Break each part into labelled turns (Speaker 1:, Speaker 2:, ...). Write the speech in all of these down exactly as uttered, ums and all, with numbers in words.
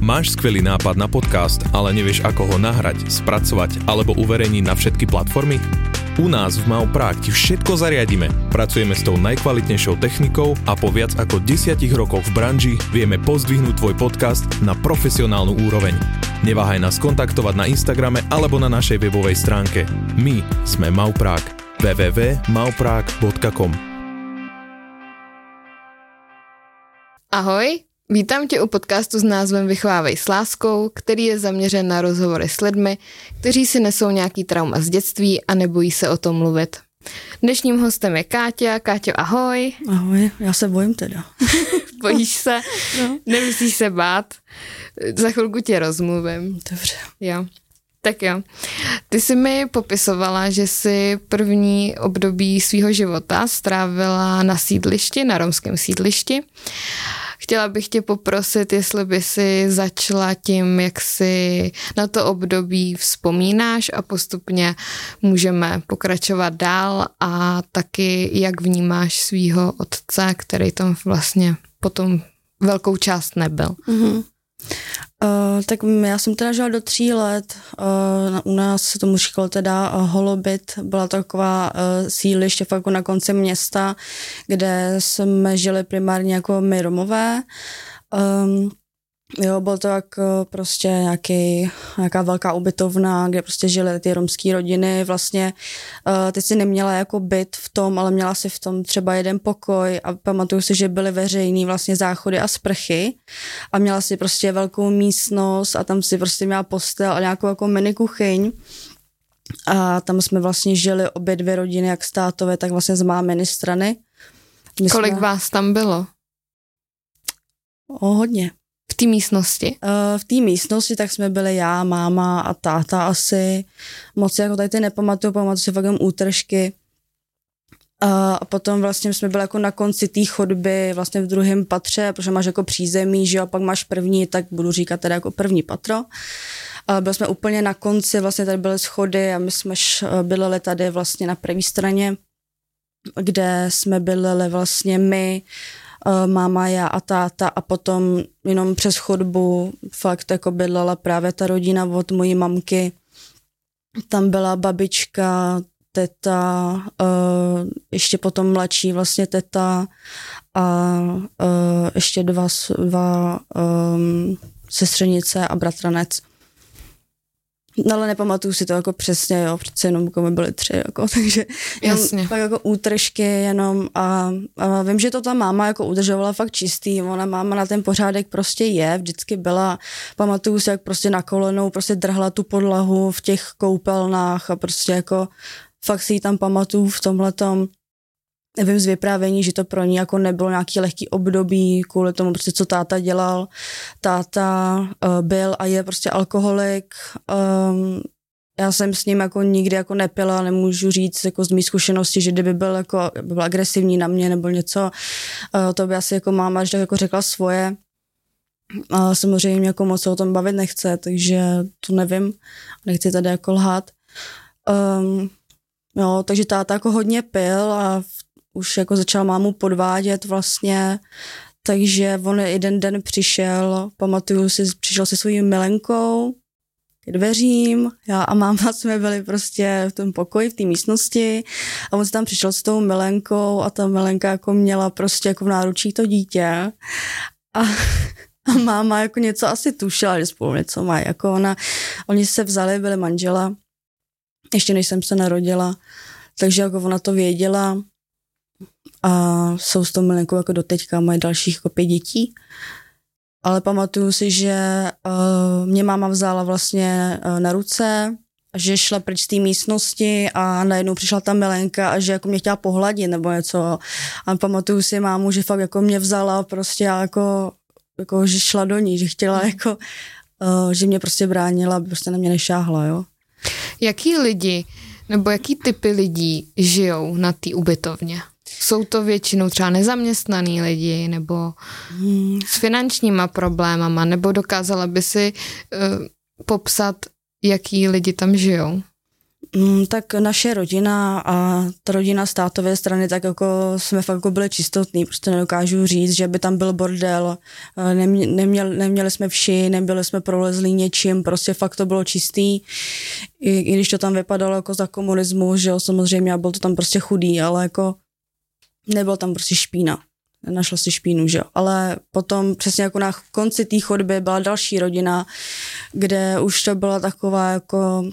Speaker 1: Máš skvelý nápad na podcast, ale nevieš, ako ho nahrať, spracovať alebo uverejniť na všetky platformy? U nás v Mau Prague ti všetko zariadíme. Pracujeme s tou najkvalitnejšou technikou a po viac ako desiatich rokoch v branži vieme pozdvihnúť tvoj podcast na profesionálnu úroveň. Neváhaj nás kontaktovať na Instagrame alebo na našej webovej stránke. My sme Mau Prague. w w w bodka mau prague bodka com.
Speaker 2: Ahoj, vítám tě u podcastu s názvem Vychovávej s láskou, který je zaměřen na rozhovory s lidmi, kteří si nesou nějaký trauma z dětství a nebojí se o tom mluvit. Dnešním hostem je Káťa. Káťo, ahoj.
Speaker 3: Ahoj, já se bojím teda.
Speaker 2: Bojíš se? No. Nemusíš se bát. Za chvilku tě rozmluvím.
Speaker 3: Dobře.
Speaker 2: Jo. Tak jo. Ty jsi mi popisovala, že jsi první období svýho života strávila na sídlišti, na romském sídlišti. Chtěla bych tě poprosit, jestli by si začala tím, jak si na to období vzpomínáš a postupně můžeme pokračovat dál a taky jak vnímáš svýho otce, který tam vlastně potom velkou část nebyl.
Speaker 3: Mm-hmm. Uh, tak já jsem teda žila do tří let, uh, u nás se tomu říkalo teda uh, Holobyt, byla to taková uh, sídliště fakt na konci města, kde jsme žili primárně jako my Romové. Um, jo, bylo to jak prostě nějaký, nějaká velká ubytovna, kde prostě žily ty romské rodiny. Vlastně uh, ty si neměla jako byt v tom, ale měla si v tom třeba jeden pokoj a pamatuju si, že byly veřejný vlastně záchody a sprchy a měla si prostě velkou místnost a tam si prostě měla postel a nějakou jako mini kuchyň. A tam jsme vlastně žili obě dvě rodiny, jak státové, tak vlastně z máminy strany. My
Speaker 2: Kolik
Speaker 3: jsme...
Speaker 2: vás tam bylo?
Speaker 3: O, hodně.
Speaker 2: V té místnosti?
Speaker 3: Uh, v té místnosti tak jsme byli já, máma a táta asi. Moc jako tady ty nepamatuju, pamatuju si fakt jen útržky. Uh, a potom vlastně jsme byli jako na konci té chodby, vlastně v druhém patře, protože máš jako přízemí, že jo, a pak máš první, tak budu říkat teda jako první patro. Uh, byli jsme úplně na konci, vlastně tady byly schody a my jsme bydleli tady vlastně na pravé straně, kde jsme bydleli vlastně my, máma, já a táta a potom jenom přes chodbu fakt jako bydlela právě ta rodina od mojí mamky. Tam byla babička, teta, uh, ještě potom mladší vlastně teta a uh, ještě dva, dva um, sestřenice a bratranec. No ale nepamatuju si to jako přesně, jo, přece jenom jako my byli tři, jako, takže jenom fakt jako útržky jenom a, a vím, že to ta máma jako udržovala fakt čistý, ona máma na ten pořádek prostě je, vždycky byla, pamatuju si, jak prostě na kolenou prostě drhla tu podlahu v těch koupelnách a prostě jako fakt si ji tam pamatuju v tomhletom. Nevím z vyprávění, že to pro ní jako nebylo nějaký lehký období kvůli tomu, prostě co táta dělal. Táta uh, byl a je prostě alkoholik. Um, já jsem s ním jako nikdy jako nepila, nemůžu říct jako z mých zkušenosti, že kdyby byl jako by byl agresivní na mě nebo něco, uh, to by asi jako máma až tak jako řekla svoje. A samozřejmě jako moc se o tom bavit nechce, takže to nevím, nechci tady jako lhát. Um, jo, takže táta jako hodně pil a už jako začal mámu podvádět vlastně, takže on jeden den přišel, pamatuju si, přišel se svojí milenkou k dveřím, já a máma jsme byli prostě v tom pokoji, v té místnosti a on se tam přišel s tou milenkou a ta milenka jako měla prostě jako v náručí to dítě a, a máma jako něco asi tušila, že spolu něco mají, jako ona, oni se vzali, byli manžela, ještě než jsem se narodila, takže jako ona to věděla a jsou s tou milenkou jako doteďka, mají dalších jako pět dětí. Ale pamatuju si, že uh, mě máma vzala vlastně uh, na ruce, že šla pryč z té místnosti a najednou přišla ta milenka a že jako mě chtěla pohladit nebo něco. A pamatuju si mámu, že fakt jako mě vzala prostě jako, jako že šla do ní, že chtěla jako, uh, že mě prostě bránila, aby prostě na mě nešáhla, jo.
Speaker 2: Jaký lidi nebo jaký typy lidí žijou na té ubytovně? Jsou to většinou třeba nezaměstnaný lidi nebo hmm. s finančníma problémama, nebo dokázala by si uh, popsat, jaký lidi tam žijou?
Speaker 3: Mm, tak naše rodina a ta rodina z tátové strany, tak jako jsme fakt jako byli čistotní, prostě nedokážu říct, že by tam byl bordel, Nemě, neměl, neměli jsme vši, nebyli jsme prolezlí něčím, prostě fakt to bylo čistý, I, i když to tam vypadalo jako za komunismu, že jo, samozřejmě, a bylo to tam prostě chudý, ale jako nebylo tam prostě špína. Našla si špínu, že jo. Ale potom přesně jako na konci té chodby byla další rodina, kde už to byla taková jako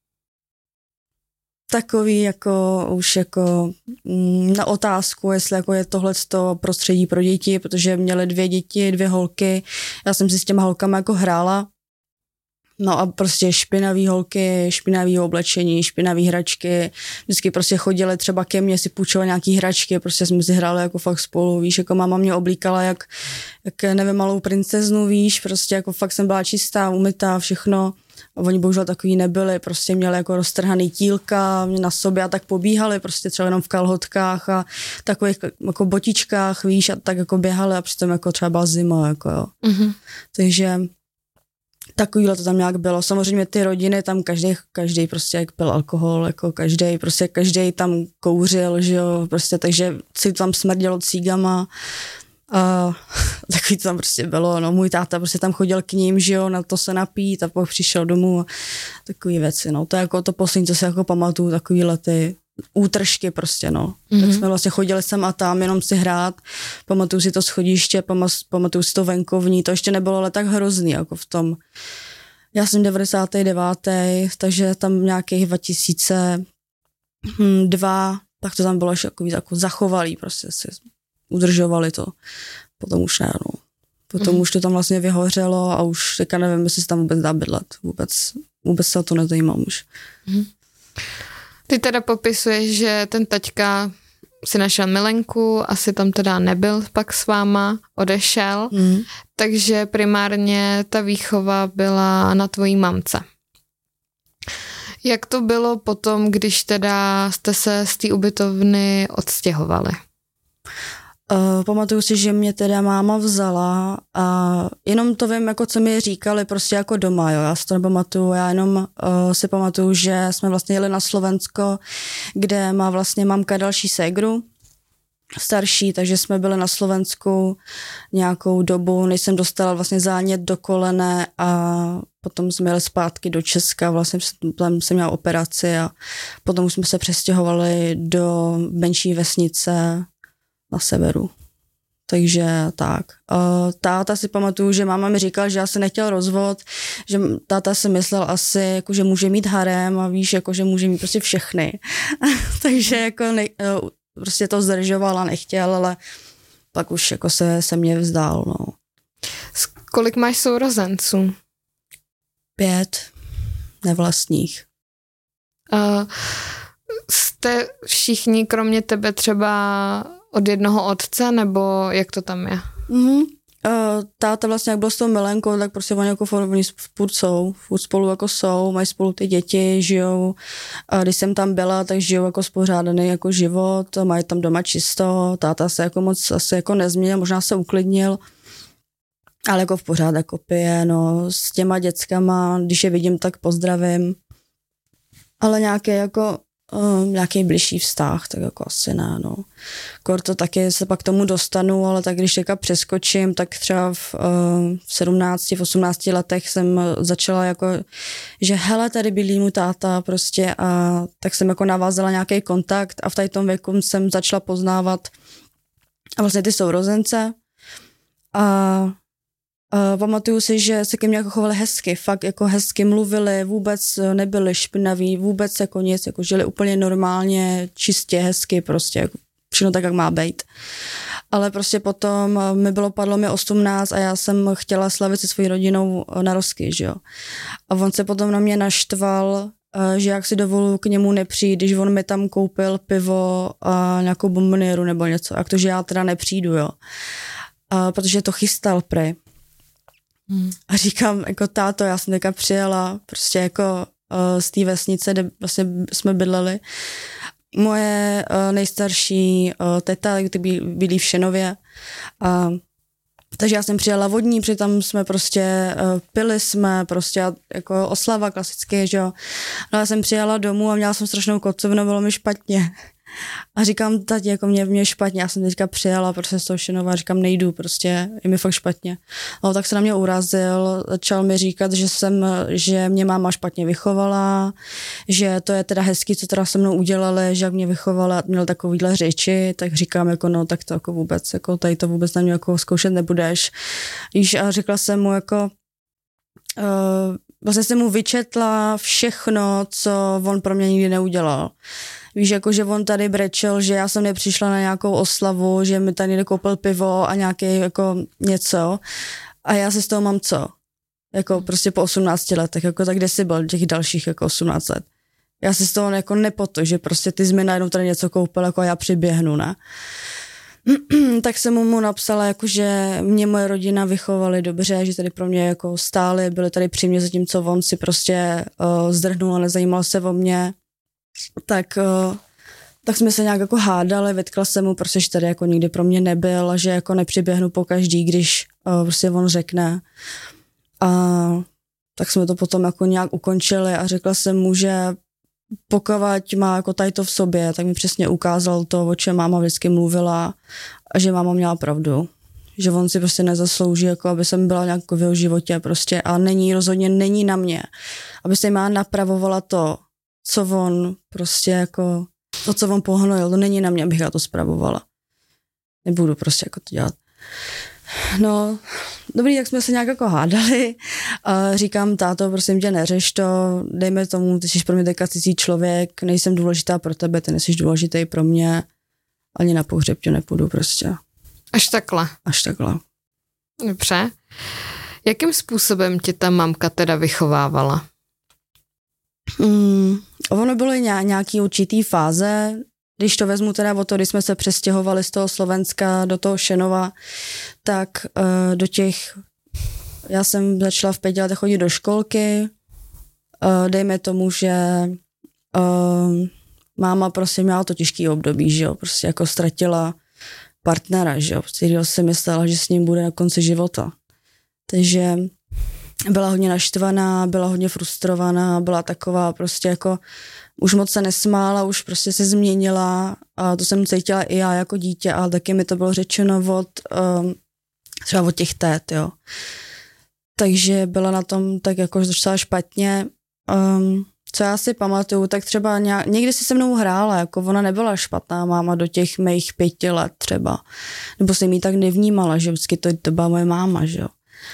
Speaker 3: takový jako už jako na otázku, jestli jako je tohleto prostředí pro děti, protože měly dvě děti, dvě holky. Já jsem si s těma holkama jako hrála. No a prostě špinavý holky, špinavý oblečení, špinavý hračky. Vždycky prostě chodili třeba ke mně si půjčovat nějaký hračky, prostě jsme si hráli jako fakt spolu, víš, jako máma mě oblíkala jak, jak nevím, malou princeznu, víš, prostě jako fakt jsem byla čistá, umytá, všechno. A oni bohužel takový nebyli, prostě měli jako roztrhaný tílka na sobě a tak pobíhali, prostě třeba jenom v kalhotkách a takových jako botičkách, víš, a tak jako běhali a přitom jako třeba byla zima, jako jo. Mm-hmm. Takže takovýhle to tam nějak bylo. Samozřejmě ty rodiny, tam každý, každý prostě jak pil alkohol, jako každý, prostě každý tam kouřil, že jo, prostě, takže si tam smrdělo cígama. A takový to tam prostě bylo, no můj táta prostě tam chodil k ním, že jo, na to se napít a pak přišel domů a takový věci, no to je jako to poslední, co si jako pamatuju, takovýhle ty útržky prostě, no. Mm-hmm. Tak jsme vlastně chodili sem a tam jenom si hrát, pamatuju si to schodiště, pamatuju si to venkovní, to ještě nebylo ale tak hrozný, jako v tom, já jsem devadesátý devátý takže tam nějakých dva tisíce dva, tak to tam bylo ještě jako, jako zachovalý, prostě si udržovali to, potom už ne, no. Potom mm. už to tam vlastně vyhořelo a už teďka nevím, jestli se tam vůbec dá bydlet, vůbec, vůbec se o to nezajímám už. Mm.
Speaker 2: Ty teda popisuješ, že ten taťka si našel milenku, asi tam teda nebyl pak s váma, odešel, mm. takže primárně ta výchova byla na tvojí mamce. Jak to bylo potom, když teda jste se z té ubytovny odstěhovali?
Speaker 3: Uh, pamatuju si, že mě teda máma vzala a jenom to vím, jako co mi říkali prostě jako doma, jo, já si to nepamatuju, já jenom uh, si pamatuju, že jsme vlastně jeli na Slovensko, kde má vlastně mamka další ségru, starší, takže jsme byli na Slovensku nějakou dobu, než jsem dostala vlastně zánět do kolene a potom jsme jeli zpátky do Česka, vlastně tam jsem měla operaci a potom jsme se přestěhovali do menší vesnice na severu. Takže tak. Táta si pamatuju, že máma mi říkala, že já se nechtěl rozvod, že táta si myslel asi, jako, že může mít harem a víš, jako, že může mít prostě všechny. Takže jako ne, prostě to zdržoval a nechtěl, ale pak už jako se, se mě vzdál. No.
Speaker 2: Kolik máš sourozenců?
Speaker 3: Pět nevlastních.
Speaker 2: Uh, jste všichni kromě tebe třeba od jednoho otce, nebo jak to tam je?
Speaker 3: Mm-hmm. Uh, táta vlastně, jak byl s tou milenkou, tak prostě oni jako oni furt jsou, furt spolu jako jsou, mají spolu ty děti, žijou. A když jsem tam byla, tak žijou jako spořádaný jako život, mají tam doma čisto, táta se jako moc asi jako nezměnil, možná se uklidnil, ale jako v pořád jako pije, no, s těma dětskama, když je vidím, tak pozdravím. Ale nějaký jako Uh, nějaký bližší vztah, tak jako asi ne, no. Kor to taky se pak k tomu dostanu, ale tak když teďka přeskočím, tak třeba v, uh, v sedmnácti, v osmnácti letech jsem začala jako, že hele, tady bydlí mu táta prostě a tak jsem jako navázala nějaký kontakt a v tady tom věku jsem začala poznávat a vlastně ty sourozence a Uh, pamatuju si, že se ke mně jako chovali hezky, fakt jako hezky mluvili, vůbec nebyli špinaví, vůbec jako nic, jako žili úplně normálně, čistě, hezky prostě, jako všechno tak, jak má být. Ale prostě potom mi bylo, padlo mi osmnáct a já jsem chtěla slavit se svojí rodinou narozky, že jo. A on se potom na mě naštval, že jak si dovolu k němu nepřijít, když on mi tam koupil pivo a nějakou bombonieru nebo něco, jak to, že já teda nepřijdu, jo. A protože to chystal prej. Hmm. A říkám, jako táto, já jsem teďka přijela prostě jako uh, z té vesnice, kde vlastně jsme bydleli. Moje uh, nejstarší uh, teta, ty bydlí v Šenově a Takže já jsem přijela vodní, přitom jsme prostě uh, pili jsme, prostě jako oslava klasicky, že jo. No já jsem přijela domů a měla jsem strašnou kocovinu, bylo mi špatně. A říkám, tati, jako mě, mě špatně, já jsem teďka přijela prostě z toho Šenova, říkám, nejdu, prostě je mi fakt špatně. No tak se na mě urazil, začal mi říkat, že jsem, že mě máma špatně vychovala, že to je teda hezký, co teda se mnou udělali, že jak mě vychovala, měl takovýhle řeči, tak říkám, jako no, tak to jako vůbec, jako tady to vůbec na mě jako zkoušet nebudeš. Víš, a řekla jsem mu jako, uh, vlastně jsem mu vyčetla všechno, co on pro mě nikdy neudělal. Víš, jako, že on tady brečel, že já jsem nepřišla na nějakou oslavu, že mi tady nekoupil pivo a nějaký jako něco. A já se z toho mám co? Jako prostě po osmnácti letech, jako tak kde jsi byl těch dalších jako osmnáct let? Já se z toho jako nepoto, že prostě ty jsi mi najednou tady něco koupil, jako a já přiběhnu, ne? Tak jsem mu napsala, jako, že mě moje rodina vychovali dobře, že tady pro mě jako stáli, byli tady při mě, zatímco on si prostě uh, zdrhnul a nezajímal se o mě. Tak, uh, tak jsme se nějak jako hádali, vytkla jsem mu, protože tady jako nikdy pro mě nebyl a že jako nepřiběhnu po každý, když uh, prostě on řekne. A tak jsme to potom jako nějak ukončili a řekla jsem mu, že pokud má jako tady to v sobě, tak mi přesně ukázal to, o čem máma vždycky mluvila a že máma měla pravdu. Že on si prostě nezaslouží, jako aby jsem byla nějak v jeho životě prostě a není, rozhodně není na mě, aby se má napravovala to, co on prostě jako, to, co on pohnojil, to není na mě, abych já to spravovala. Nebudu prostě jako to dělat. No, dobrý, tak jsme se nějak jako hádali a říkám, táto, prosím tě, neřeš to, dejme tomu, ty jsi pro mě teďka cizí člověk, nejsem důležitá pro tebe, ty nejsi důležitý pro mě, ani na pohřeb tě nepůjdu prostě.
Speaker 2: Až takhle.
Speaker 3: Až takhle.
Speaker 2: Dobře. Jakým způsobem tě ta mamka teda vychovávala?
Speaker 3: Mm, ono bylo nějaký určitý fáze, když to vezmu teda o to, když jsme se přestěhovali z toho Slovenska do toho Šenova, tak uh, do těch, já jsem začala v pěti letech chodit do školky, uh, dejme tomu, že uh, máma prostě měla to těžký období, že jo, prostě jako ztratila partnera, že jo, kterýho si myslela, že s ním bude na konci života. Takže byla hodně naštvaná, byla hodně frustrovaná, byla taková prostě jako, už moc se nesmála, už prostě se změnila a to jsem cítila i já jako dítě, ale taky mi to bylo řečeno od, um, třeba od těch tét, jo. Takže byla na tom tak jako docela špatně. Um, co já si pamatuju, tak třeba nějak, někdy si se mnou hrála, jako ona nebyla špatná máma do těch mých pěti let třeba. Nebo jsem jí tak nevnímala, že vždycky to, to byla moje máma, že jo.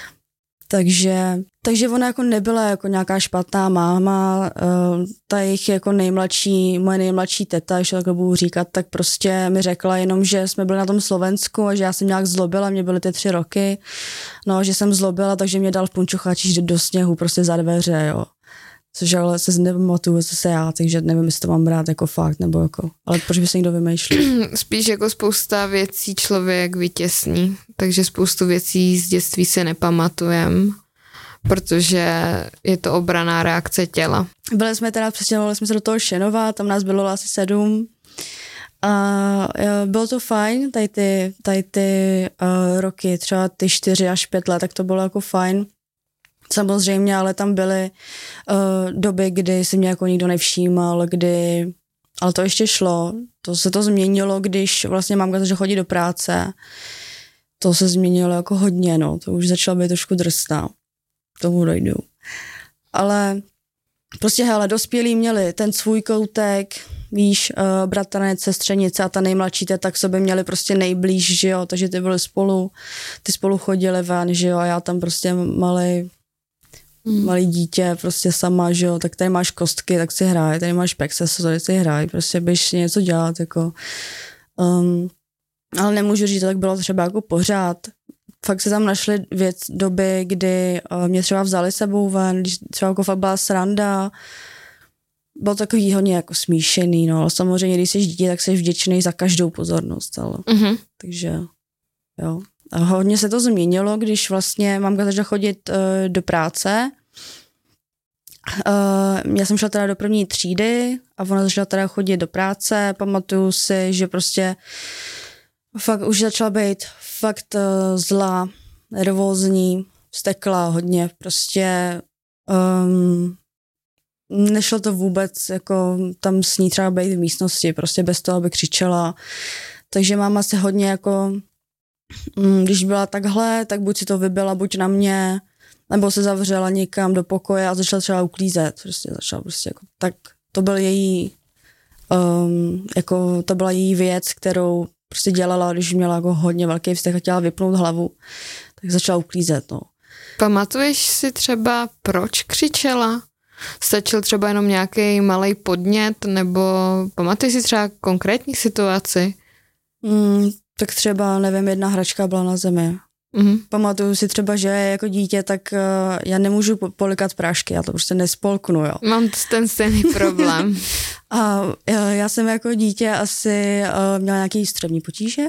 Speaker 3: Takže, takže ona jako nebyla jako nějaká špatná máma, ta jejich jako nejmladší, moje nejmladší teta, když to takhle budu říkat, tak prostě mi řekla jenom, že jsme byli na tom Slovensku a že já jsem nějak zlobila, mě byly ty tři roky, no, že jsem zlobila, takže mě dal v punčocháči do sněhu prostě za dveře, jo. Což ale se nepamatuju, co se já, takže nevím, jestli to mám brát jako fakt, nebo jako, ale proč by se někdo vymýšlel?
Speaker 2: Spíš jako spousta věcí člověk vytěsní, takže spoustu věcí z dětství se nepamatujem, protože je to obranná reakce těla.
Speaker 3: Byli jsme teda, přestěhovali jsme se do toho Šenova, tam nás bylo asi sedm a bylo to fajn, tady ty, tady ty uh, roky, třeba ty čtyři až pět let, tak to bylo jako fajn. Samozřejmě, ale tam byly uh, doby, kdy si mě jako nikdo nevšímal, kdy, ale to ještě šlo, to se to změnilo, když vlastně mamka začala chodit do práce, to se změnilo jako hodně, no, to už začala být trošku drsná, tomu dojdu. Ale prostě, hele, dospělí měli ten svůj koutek, víš, uh, bratranec, sestřenice a ta nejmladší teta k sobě měli prostě nejblíž, že jo, takže ty byli spolu, ty spolu chodili ven, že jo, a já tam prostě malej, Mm. malý dítě, prostě sama, že jo, tak tady máš kostky, tak si hraj, tady máš pexes, tady si hraj, prostě běž něco dělat, jako. Um, ale nemůžu říct, to tak bylo třeba jako pořád. Fakt se tam našly věc, doby, kdy uh, mě třeba vzali sebou ven, když třeba jako fakt byla sranda, bylo takový hodně jako smíšený, no, ale samozřejmě, když jsi dítě, tak jsi vděčný za každou pozornost, ale. Mm-hmm. Takže, jo. A hodně se to změnilo, když vlastně mamka začala chodit uh, do práce. Uh, já jsem šla teda do první třídy a ona začala teda chodit do práce. Pamatuju si, že prostě fakt už začala být fakt uh, zlá. nervózní, vztekla hodně, prostě um, nešlo to vůbec jako tam s ní třeba být v místnosti, prostě bez toho, aby křičela. Takže máma se hodně jako, když byla takhle, tak buď si to vybila buď na mě, nebo se zavřela někam do pokoje a začala třeba uklízet. Prostě začala prostě jako, tak to byl její, um, jako to byla její věc, kterou prostě dělala, když měla jako hodně velký vztek a chtěla vypnout hlavu, tak začala uklízet, no.
Speaker 2: Pamatuješ si třeba, proč křičela? Stačil třeba jenom nějaký malej podnět, nebo pamatuješ si třeba konkrétní situaci?
Speaker 3: Mm, tak třeba, nevím, jedna hračka byla na zemi. Mm-hmm. Pamatuju si třeba, že jako dítě, tak uh, já nemůžu polikat prášky, já to prostě nespolknu, jo.
Speaker 2: Mám ten stejný problém.
Speaker 3: A já, já jsem jako dítě asi uh, měla nějaký střevní potíže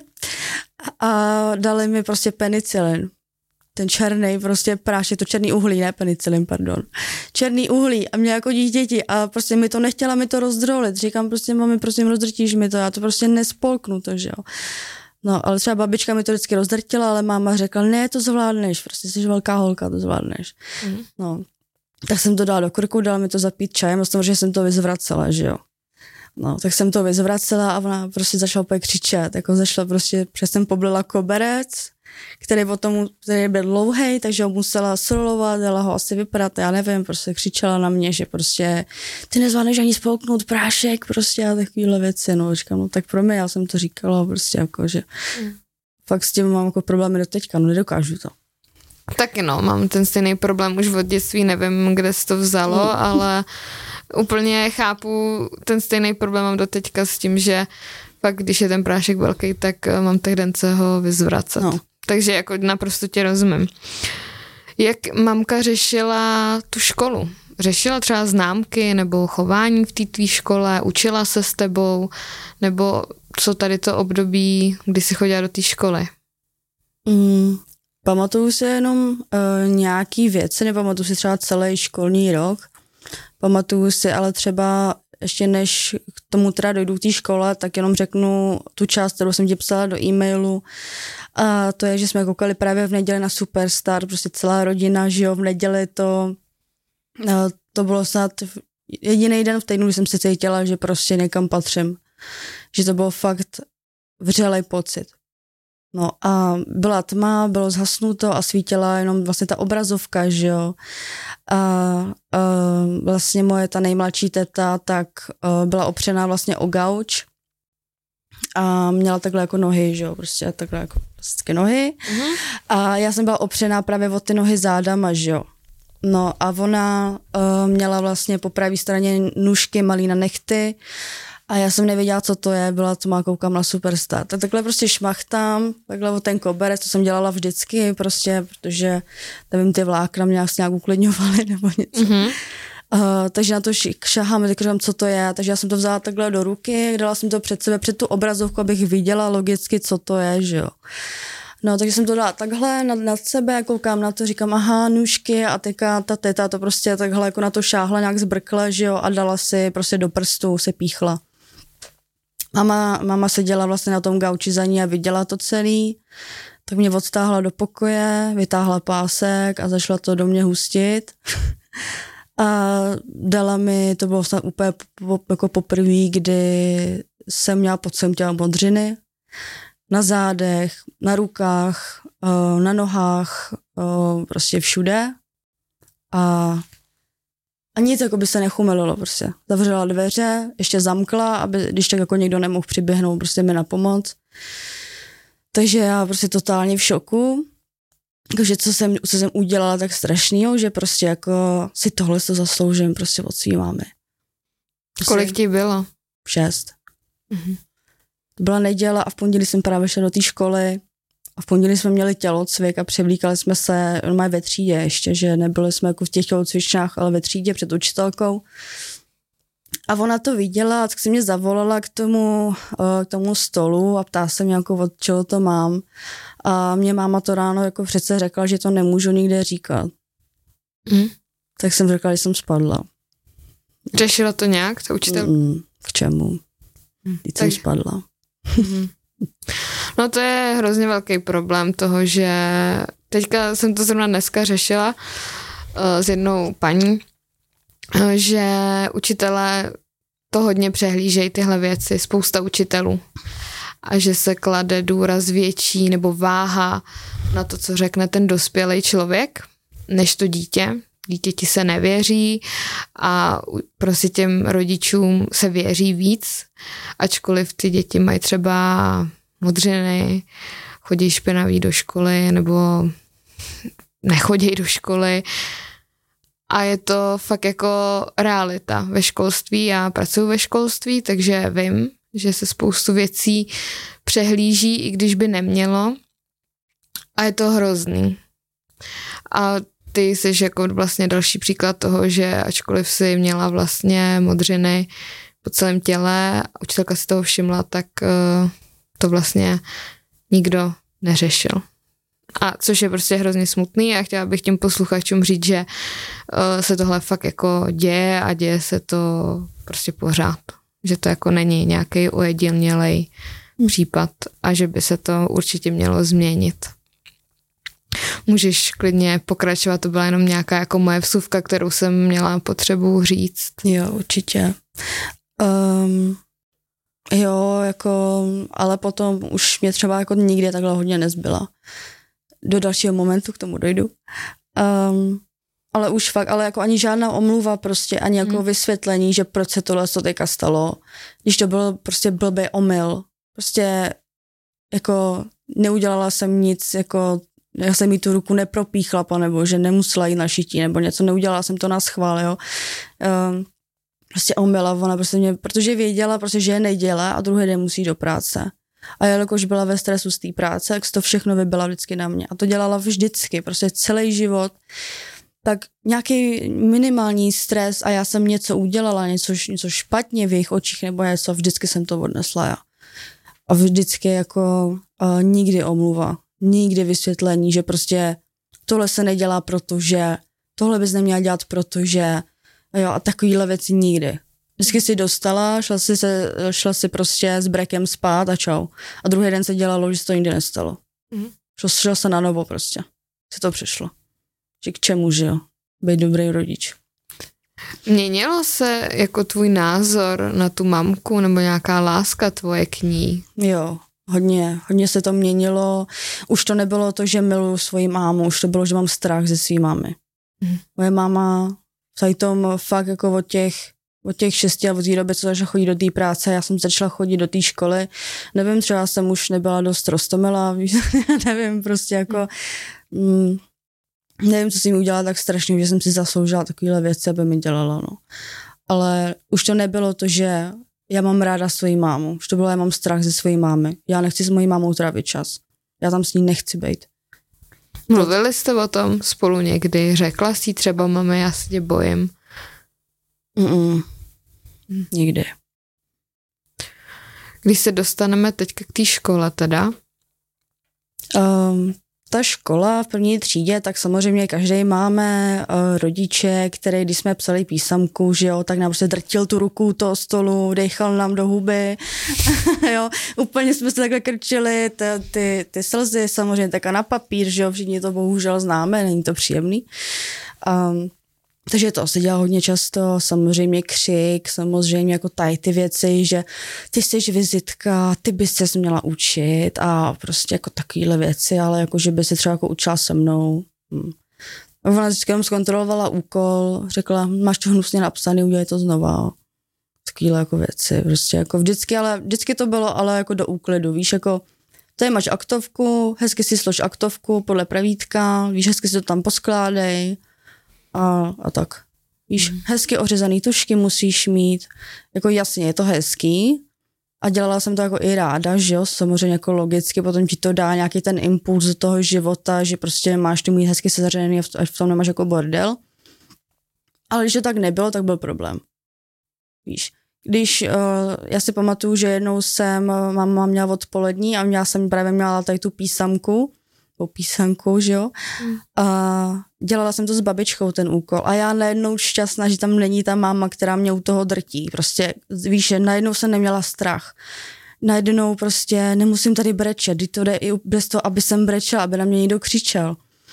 Speaker 3: a dali mi prostě penicilin. Ten černý prostě prášek, to černý uhlí, ne penicilin, pardon. Černý uhlí a mě jako dítěti a prostě mi to nechtěla mi to rozdrolit. Říkám prostě, mami, prosím, rozdrtíš mi to, já to prostě nespolknu to, že jo. No, ale třeba babička mi to vždycky rozdrtila, ale máma řekla, ne, to zvládneš, prostě jsi velká holka, to zvládneš. Mm. No, tak jsem to dala do krku, dala mi to zapít čajem, protože jsem to vyzvracela, že jo. No, tak jsem to vyzvracela a ona prostě začala úplně křičet, jako začala prostě, přes jsem poblila koberec, který potom, který byl dlouhej, takže ho musela solovat, dala ho asi vypadat, já nevím, prostě křičela na mě, že prostě ty nezvládneš ani spolknout prášek, prostě a takovýhle věci, no, říkám, no tak pro mě, já jsem to říkala, prostě jako, že mm. fakt s tím mám jako problémy do teďka, no nedokážu to.
Speaker 2: Taky no, mám ten stejný problém už od dětství, nevím, kde se to vzalo, mm. ale úplně chápu, ten stejný problém mám do teďka s tím, že pak, když je ten prášek velký, tak mám tendence ho vyzvracet. No. Takže jako naprosto tě rozumím. Jak mamka řešila tu školu? Řešila třeba známky nebo chování v té tvý škole? Učila se s tebou? Nebo co tady to období, kdy jsi chodila do té školy?
Speaker 3: Mm, pamatuju si jenom uh, nějaký věci, nepamatuju si třeba celý školní rok. Pamatuju si ale třeba ještě než k tomu teda dojdu k té škole, tak jenom řeknu tu část, kterou jsem ti psala do e-mailu. A to je, že jsme koukali právě v neděli na Superstar, prostě celá rodina, že jo, v neděli to, to bylo snad jediný den v týdnu, kdy jsem se cítila, že prostě někam patřím. Že to bylo fakt vřelej pocit. No a byla tma, bylo zhasnuto a svítila jenom vlastně ta obrazovka, že jo. A, a vlastně moje ta nejmladší teta tak byla opřená vlastně o gauč a měla takhle jako nohy, že jo, prostě takhle jako prostě nohy. Mm-hmm. A já jsem byla opřená právě od ty nohy zádama, že jo. No a ona uh, měla vlastně po pravé straně nůžky malý na nechty a já jsem nevěděla, co to je, byla to má koukám na Superstar. Tak takhle prostě šmachtám, takhle o ten koberec, to jsem dělala vždycky, prostě, protože, nevím, ty vlákna mě nějak uklidňovaly nebo něco. Mm-hmm. Uh, takže na to šahám, tak říkám, co to je, takže já jsem to vzala takhle do ruky, dala jsem to před sebe, před tu obrazovku, abych viděla logicky, co to je, že jo. No, takže jsem to dala takhle nad, nad sebe, koukám na to, říkám, aha, nůžky a teďka ta teta to prostě takhle jako na to šáhla nějak zbrkle, že jo, a dala si prostě do prstu, se píchla. Mama, mama seděla vlastně na tom gauči za ní a viděla to celý, tak mě odstáhla do pokoje, vytáhla pásek a začala to do mě hustit. A dala mi, to bylo snad úplně jako poprvé, kdy jsem měla pod svým tělem modřiny, na zádech, na rukách, na nohách, prostě všude. A, a nic jako by se nechumelilo prostě. Zavřela dveře, ještě zamkla, aby když tak jako někdo nemohl přiběhnout prostě mi na pomoc. Takže já prostě totálně v šoku. Takže co jsem, co jsem udělala tak strašnýho, že prostě jako si tohle to zasloužím prostě od svý mámy. Prostě
Speaker 2: kolik ti bylo?
Speaker 3: Šest. Mhm. To byla neděle a v pondělí jsem právě šla do té školy a v pondělí jsme měli tělocvik a převlíkali jsme se normálně ve třídě ještě, že nebyli jsme jako v těch tělocvičnách, ale ve třídě před učitelkou. A ona to viděla, tak si mě zavolala k tomu, k tomu stolu a ptá se mě, jako, od čeho to mám. A mě máma to ráno jako přece řekla, že to nemůžu nikde říkat. Mm. Tak jsem řekla, že jsem spadla.
Speaker 2: Řešila to nějak, ta učitel?
Speaker 3: Mm, k čemu? Mm. Teď tak... jsem spadla.
Speaker 2: Mm. No to je hrozně velký problém toho, že teďka jsem to zrovna dneska řešila uh, s jednou paní, uh, že učitelé to hodně přehlížejí tyhle věci, spousta učitelů. A že se klade důraz větší nebo váha na to, co řekne ten dospělý člověk, než to dítě. Dítěti se nevěří a prostě těm rodičům se věří víc, ačkoliv ty děti mají třeba modřiny, chodí špinaví do školy nebo nechodí do školy. A je to fakt jako realita ve školství. Já pracuji ve školství, takže vím, že se spoustu věcí přehlíží, i když by nemělo. A je to hrozný. A ty jsi jako vlastně další příklad toho, že ačkoliv si měla vlastně modřiny po celém těle, učitelka si toho všimla, tak uh, to vlastně nikdo neřešil. A což je prostě hrozně smutný a chtěla bych těm posluchačům říct, že uh, se tohle fakt jako děje a děje se to prostě pořád. Že to jako není nějaký ojedinělej případ a že by se to určitě mělo změnit. Můžeš klidně pokračovat, to byla jenom nějaká jako moje vsuvka, kterou jsem měla potřebu říct.
Speaker 3: Jo, určitě. Um, jo, jako, ale potom už mě třeba jako nikdy takhle hodně nezbyla. Do dalšího momentu k tomu dojdu. Um, ale už fakt, ale jako ani žádná omluva prostě, ani jako hmm. vysvětlení, že proč se tohle to teďka stalo. Když to byl prostě blbý omyl. Prostě jako neudělala jsem nic, jako já jsem jí tu ruku nepropíchla, nebo že nemusela jít na šití, nebo něco, neudělala jsem to na schvál, jo. Um, prostě omyla, ona prostě mě, protože věděla, prostě, že je neděle a druhý den musí do práce. A jelikož byla ve stresu z té práce, tak to všechno vybila vždycky na mě. A to dělala vždycky, prostě celý život. Tak nějaký minimální stres a já jsem něco udělala, něco, něco špatně v jejich očích, nebo něco, vždycky jsem to odnesla já. A vždycky jako uh, nikdy omluva, nikdy vysvětlení, že prostě tohle se nedělá, protože tohle bys neměla dělat, protože jo, a takovýhle věci nikdy. Vždycky si dostala, šla si, se, šla si prostě s brekem spát a čau. A druhý den se dělalo, že se to nikdy nestalo. Mm. Šla, šla se na novo prostě. Se to přišlo. Že k čemu, že jo? Být dobrý rodič.
Speaker 2: Měnilo se jako tvůj názor na tu mamku nebo nějaká láska tvoje k ní?
Speaker 3: Jo, hodně. Hodně se to měnilo. Už to nebylo to, že miluju svoji mámu, už to bylo, že mám strach ze svý mámy. Mm. Moje máma v tom fakt jako od těch od těch šesti a od té doby, co začala chodit do té práce, já jsem začala chodit do té školy. Nevím, třeba jsem už nebyla dost roztomilá, nevím, prostě jako mm, nevím, co jsem mi udělala tak strašně, že jsem si zasloužila takovéhle věci, aby mi dělala, no. Ale už to nebylo to, že já mám ráda svoji mámu. Už to bylo, já mám strach ze svojí mámy. Já nechci s mojí mámou trávit čas. Já tam s ní nechci být.
Speaker 2: Mluvili jste o tom spolu někdy? Řekla jsi třeba, mami, já se tě bojím?
Speaker 3: Mm-mm. Nikdy.
Speaker 2: Když se dostaneme teďka k té škole teda?
Speaker 3: Um, ta škola v první třídě, tak samozřejmě každý máme uh, rodiče, který, když jsme psali písemku, že jo, tak nám prostě drtil tu ruku u toho stolu, dechal nám do huby, jo, úplně jsme se takhle krčili, ty, ty, ty slzy samozřejmě taká na papír, že jo, všichni to bohužel známe, není to příjemný. Um, Takže to se dělá hodně často, samozřejmě křik, samozřejmě jako tady ty věci, že ty jsi vizitka, ty bys se měla učit a prostě jako takovýhle věci, ale jako, že by si třeba jako učila se mnou. Hm. Ona vždycky jenom zkontrolovala úkol, řekla, máš to hnusně napsaný, udělej to znova. Takovýhle jako věci, prostě jako vždycky, ale vždycky to bylo ale jako do úklidu, víš, jako tady máš aktovku, hezky si slož aktovku podle pravítka, víš, hezky si to tam poskládej. A, a tak. Víš, mm. hezky ořezaný tušky musíš mít, jako jasně, je to hezký a dělala jsem to jako i ráda, že jo, samozřejmě jako logicky, potom ti to dá nějaký ten impuls do toho života, že prostě máš ty mít hezky sezařený a v tom nemáš jako bordel. Ale když to tak nebylo, tak byl problém. Víš, když, uh, já si pamatuju, že jednou jsem, máma měla odpolední a já jsem právě měla tady tu písemku, po písanku, že jo. Mm. A dělala jsem to s babičkou, ten úkol. A já najednou šťastná, že tam není ta máma, která mě u toho drtí. Prostě, víš, najednou jsem neměla strach. Najednou prostě nemusím tady brečet, kdy to jde i bez toho, aby jsem brečela, aby na mě někdo křičel.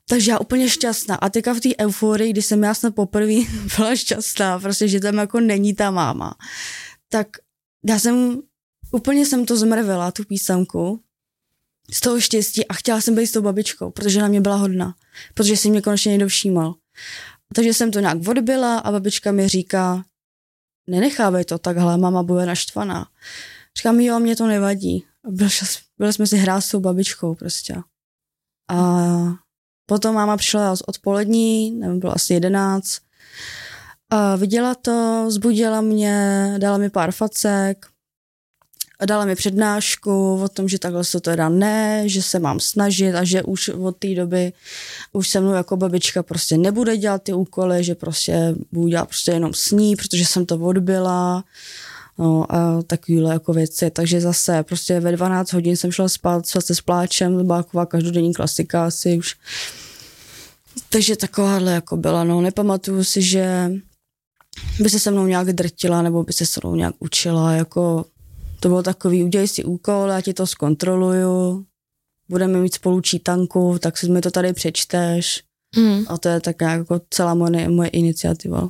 Speaker 3: Takže já úplně šťastná. A teďka v té euforii, když jsem já snad poprvé byla šťastná, prostě, že tam jako není ta máma, tak já jsem, úplně jsem to zmrvila, tu písemku, z toho štěstí a chtěla jsem být s tou babičkou, protože na mě byla hodná, protože si mě konečně někdo všímal. Takže jsem to nějak odbyla a babička mi říká, nenechávej to takhle, máma bude naštvaná. Říkám, jo, mě to nevadí. Byli, byli jsme si hrát s tou babičkou prostě. A potom máma přišla odpolední, nevím, bylo asi jedenáct. A viděla to, zbudila mě, dala mi pár facek, dala mi přednášku o tom, že takhle se to teda ne, že se mám snažit a že už od té doby už se mnou jako babička prostě nebude dělat ty úkoly, že prostě budu dělat prostě jenom s ní, protože jsem to odbyla. No a takovýhle jako věci, takže zase prostě ve dvanáct hodin jsem šla spát se s pláčem, to byla taková každodenní klasika asi už. Takže takováhle jako byla, no nepamatuju si, že by se se mnou nějak drtila nebo by se se mnou nějak učila, jako to bylo takový, udělej si úkol, já ti to zkontroluju, budeme mít spolu čítanku, tak si mi to tady přečteš mm. a to je tak jako celá moje, moje iniciativa.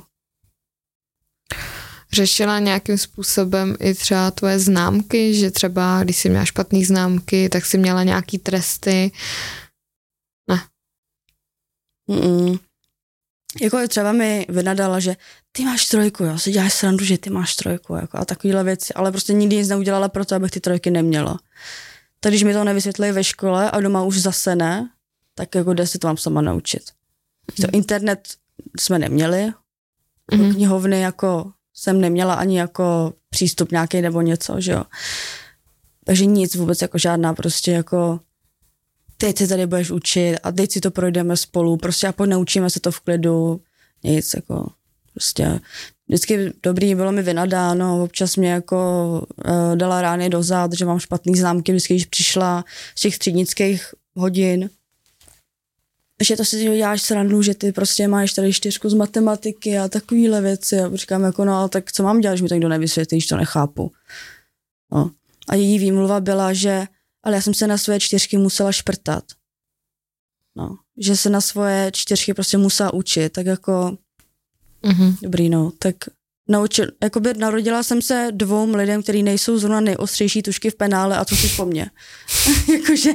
Speaker 2: Řešila nějakým způsobem i třeba tvoje známky, že třeba, když jsi měla špatný známky, tak jsi měla nějaký tresty? Ne.
Speaker 3: Mm-mm. Jako třeba mi vynadala, že ty máš trojku, jo, si děláš srandu, že ty máš trojku, jako, a takovýhle věci, ale prostě nikdy nic neudělala pro to, abych ty trojky neměla. Tak když mi to nevysvětlili ve škole a doma už zase ne, tak jako jde si to mám sama naučit. Mm. To internet jsme neměli, mm. do knihovny jako jsem neměla ani jako přístup nějaký nebo něco, že jo. Takže nic vůbec, jako žádná prostě jako teď se tady budeš učit a teď si to projdeme spolu, prostě a pojď naučíme se to v klidu, nic jako prostě. Vždycky dobrý bylo mi vynadáno, občas mě jako uh, dala rány do zád, že mám špatný známky, vždycky, když přišla z těch třídnických hodin, že to si děláš srandu, že ty prostě máš tady čtyřku z matematiky a takovýhle věci. A říkám jako, no tak co mám dělat, že mi to někdo nevysvětlí, že to nechápu. No. A její výmluva byla, že ale já jsem se na svoje čtyřky musela šprtat. No. Že se na svoje čtyřky prostě musela učit, tak jako mm-hmm. dobrý, no, tak naučil, jakoby narodila jsem se dvou lidem, kteří nejsou zrovna nejostřejší tušky v penále a co si po mně. Jakože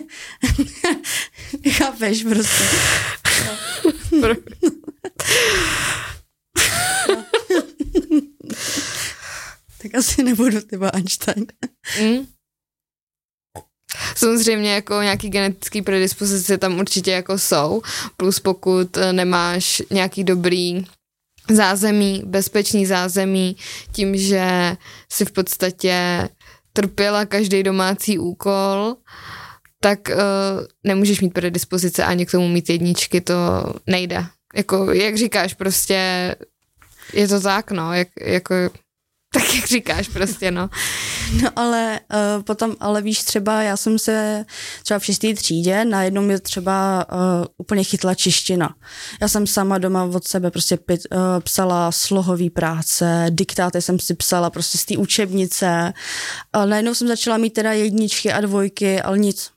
Speaker 3: chápeš prostě. No. Tak asi nebudu tyba Einstein. Mm.
Speaker 2: Samozřejmě jako nějaký genetický predispozice tam určitě jako jsou, plus pokud nemáš nějaký dobrý zázemí, bezpečný zázemí, tím, že si v podstatě trpěla každý domácí úkol, tak uh, nemůžeš mít predispozice ani k tomu mít jedničky, to nejde. Jako, jak říkáš, prostě je to tak, no, jak, jako, tak jak říkáš prostě, no.
Speaker 3: No ale uh, potom, ale víš, třeba já jsem se třeba v šesté třídě, najednou mě třeba uh, úplně chytla čeština. Já jsem sama doma od sebe prostě pit, uh, psala slohový práce, diktáty jsem si psala prostě z té učebnice. A najednou jsem začala mít teda jedničky a dvojky, ale nic.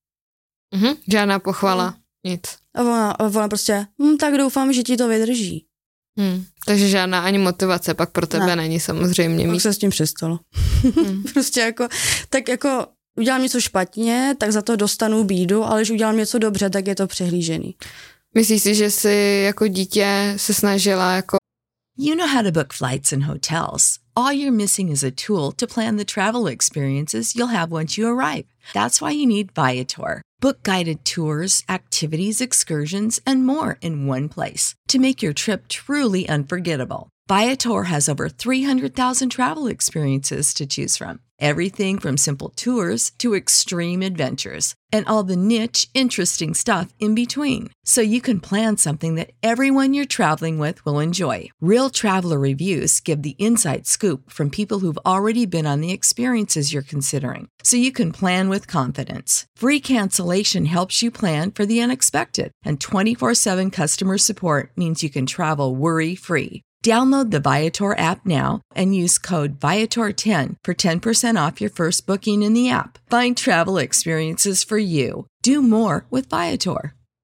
Speaker 2: Mhm, žádná pochvala, no. Nic.
Speaker 3: A ona, a ona prostě, hm, tak doufám, že ti to vydrží.
Speaker 2: Hmm, takže žádná ani motivace pak pro tebe ne. není samozřejmě.
Speaker 3: Pak se s tím přestalo. Hmm. Prostě jako, tak jako udělám něco špatně, tak za to dostanu bídu, ale když udělám něco dobře, tak je to přehlížený.
Speaker 2: Myslíš si, že jsi jako dítě se snažila jako...
Speaker 4: You know how to book flights and hotels. All you're missing is a tool to plan the travel experiences you'll have once you arrive. That's why you need Viator. Book guided tours, activities, excursions, and more in one place to make your trip truly unforgettable. Viator has over three hundred thousand travel experiences to choose from. Everything from simple tours to extreme adventures and all the niche, interesting stuff in between. So you can plan something that everyone you're traveling with will enjoy. Real traveler reviews give the inside scoop from people who've already been on the experiences you're considering. So you can plan with confidence. Free cancellation helps you plan for the unexpected. And twenty-four seven customer support means you can travel worry-free. Download the Viator app now and use code Viator ten for ten percent off your first booking in the app. Find travel experiences for you. Do more with Viator.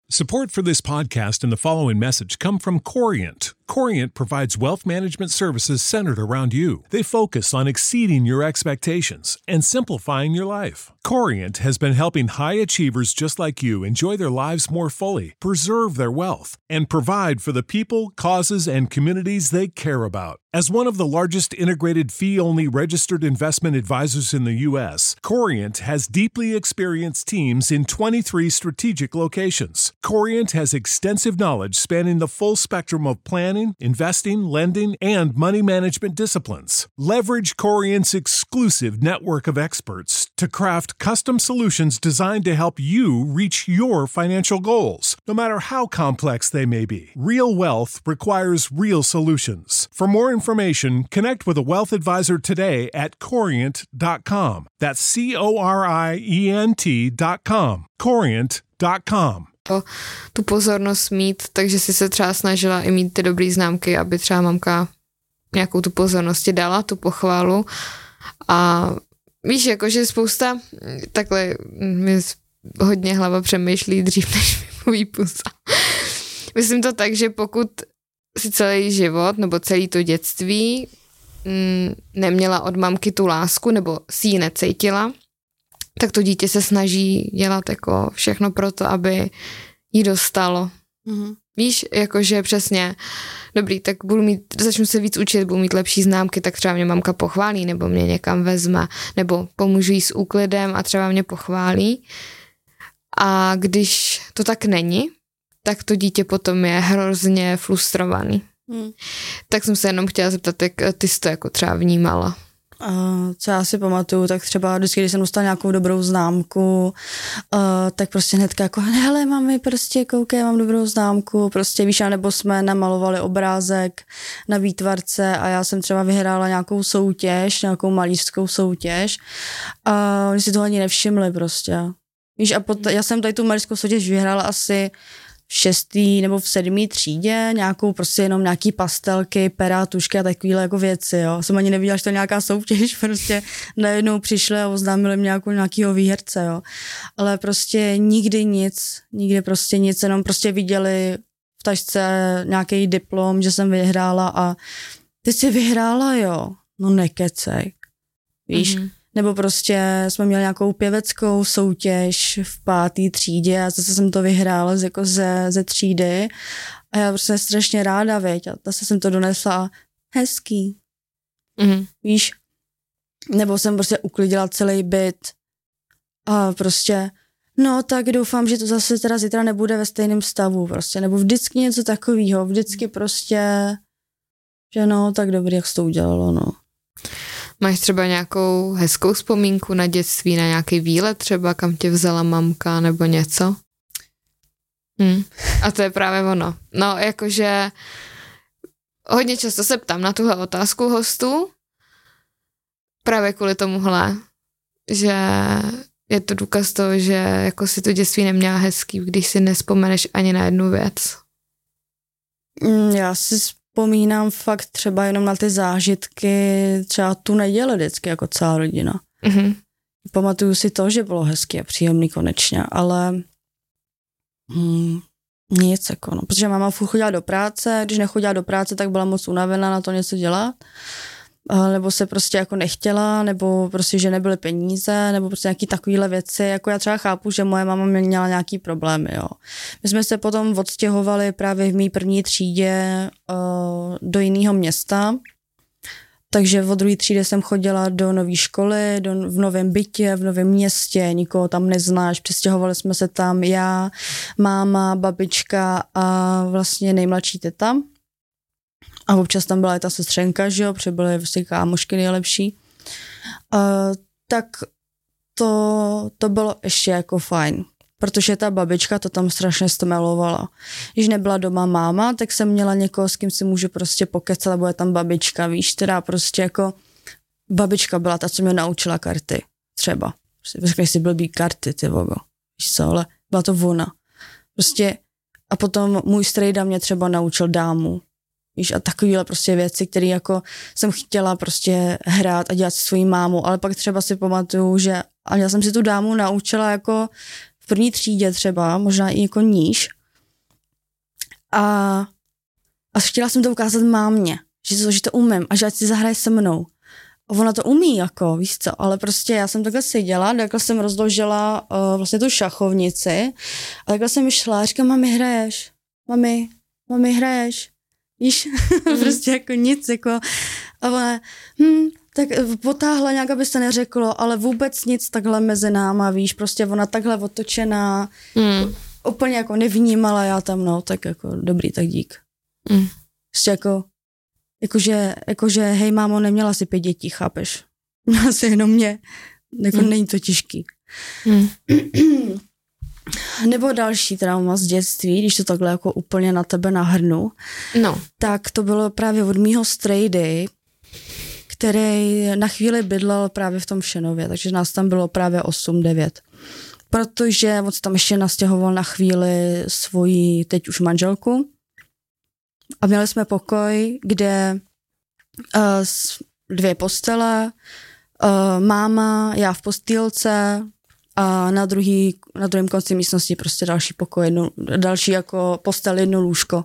Speaker 5: Support for this podcast and the following message come from Corient. Corient provides wealth management services centered around you. They focus on exceeding your expectations and simplifying your life. Corient has been helping high achievers just like you enjoy their lives more fully, preserve their wealth, and provide for the people, causes, and communities they care about. As one of the largest integrated fee-only registered investment advisors in the U S, Corient has deeply experienced teams in twenty-three strategic locations. Corient has extensive knowledge spanning the full spectrum of planning, investing, lending, and money management disciplines. Leverage Corient's exclusive network of experts to craft custom solutions designed to help you reach your financial goals, no matter how complex they may be. Real wealth requires real solutions. For more information, connect with a wealth advisor today at corient dot com. That's C O R I E N T dot com. corient dot com.
Speaker 2: Tu pozornost mít, takže si se třeba snažila i mít ty dobrý známky, aby třeba mamka nějakou tu pozornosti dala, tu pochvalu. A víš, jakože spousta, takhle mi hodně hlava přemýšlí dřív, než mi mluví pusa. Myslím to tak, že pokud si celý život nebo celý to dětství m, neměla od mamky tu lásku nebo si ji necítila, tak to dítě se snaží dělat jako všechno pro to, aby jí dostalo. Mm-hmm. Víš, jakože přesně, dobrý, tak budu mít, začnu se víc učit, budu mít lepší známky, tak třeba mě mamka pochválí, nebo mě někam vezme, nebo pomůžu jí s úklidem a třeba mě pochválí. A když to tak není, tak to dítě potom je hrozně frustrovaný. Mm. Tak jsem se jenom chtěla zeptat, jak ty jsi to jako třeba vnímala.
Speaker 3: Uh, co já si pamatuju, tak třeba vždycky, když jsem dostala nějakou dobrou známku, uh, tak prostě hnedka jako, hele mami, prostě koukej, mám dobrou známku, prostě víš, nebo jsme namalovali obrázek na výtvarce a já jsem třeba vyhrála nějakou soutěž, nějakou malířskou soutěž a oni si toho ani nevšimli prostě. Víš, a pot- já jsem tady tu malířskou soutěž vyhrála asi v šestý nebo v sedmý třídě, nějakou prostě jenom nějaký pastelky, pera, tušky a takovýhle jako věci, jo. Jsem ani neviděla, že to je nějaká soutěž, prostě najednou přišli a oznámili mě nějakou nějakýho výherce, jo. Ale prostě nikdy nic, nikdy prostě nic, jenom prostě viděli v tašce nějaký diplom, že jsem vyhrála a ty jsi vyhrála, jo. No nekecej, víš. Mm-hmm. Nebo prostě jsme měli nějakou pěveckou soutěž v pátý třídě a zase jsem to vyhrála z, jako ze, ze třídy a já prostě strašně ráda, věď, a zase jsem to donesla a hezký. Mm. Víš? Nebo jsem prostě uklidila celý byt a prostě no tak doufám, že to zase teda zítra nebude ve stejném stavu prostě, nebo vždycky něco takového, vždycky prostě, že no tak dobrý, jak jsi to udělalo, no.
Speaker 2: Máš třeba nějakou hezkou vzpomínku na dětství, na nějaký výlet třeba, kam tě vzala mamka nebo něco? Hm. A to je právě ono. No, jakože hodně často se ptám na tuhle otázku hostů, právě kvůli tomuhle, že je to důkaz toho, že jako si to dětství neměla hezký, když si nespomeneš ani na jednu věc.
Speaker 3: Já si vzpomínám fakt třeba jenom na ty zážitky, třeba tu neděli vždycky jako celá rodina. Mm-hmm. Pamatuju si to, že bylo hezky a příjemný konečně, ale hmm, nic jako no, protože máma furt chodila do práce, když nechodila do práce, tak byla moc unavená na to něco dělat, nebo se prostě jako nechtěla, nebo prostě, že nebyly peníze, nebo prostě nějaký takovýhle věci, jako já třeba chápu, že moje máma měla nějaký problémy, jo. My jsme se potom odstěhovali právě v mý první třídě uh, do jiného města, takže od druhé třídy jsem chodila do nové školy, do, v novém bytě, v novém městě, nikoho tam neznáš, přestěhovali jsme se tam já, máma, babička a vlastně nejmladší teta. A občas tam byla i ta sestřenka, že jo, protože byly vlastně kámošky nejlepší. Uh, tak to, to bylo ještě jako fajn, protože ta babička to tam strašně stmelovala. Když nebyla doma máma, tak jsem měla někoho, s kým si můžu prostě pokecat, nebo je tam babička, víš, teda prostě jako babička byla ta, co mě naučila karty, třeba. Prostě si blbý karty, ty vogo, víš co, ale byla to ona. Prostě a potom můj strejda mě třeba naučil dámu. Víš, a takovýhle prostě věci, které jako jsem chtěla prostě hrát a dělat se svojí mámou, ale pak třeba si pamatuju, že a já jsem si tu dámu naučila jako v první třídě třeba, možná i jako níž, A, a chtěla jsem to ukázat mámě, že to, že to umím a že ať si zahraje se mnou. A ona to umí, jako, víš co, ale prostě já jsem takhle seděla, takhle jsem rozložila uh, vlastně tu šachovnici a takhle jsem šla a říkám, mami, hraješ, mami, mami, hraješ, víš, mm. prostě jako nic, jako, a ona, hm, tak potáhla nějak, aby se neřeklo, ale vůbec nic takhle mezi náma, víš, prostě ona takhle otočená, mm. úplně jako nevnímala, já tam, no, tak jako dobrý, tak dík. Mm. Prostě jako, jakože, jakože, hej mámo, neměla si pět dětí, chápeš? Měla si jenom mě, jako mm. není to těžký. Mm. Nebo další trauma z dětství, když to takhle jako úplně na tebe nahrnu, no. Tak to bylo právě od mýho strejdy, který na chvíli bydlel právě v tom Šenově, takže nás tam bylo právě osm devět. Protože on se tam ještě nastěhoval na chvíli svoji teď už manželku a měli jsme pokoj, kde uh, dvě postele, uh, máma, já v postýlce a na, druhý, na druhém konci místnosti prostě další pokoj, jedno, další jako postel, jedno lůžko.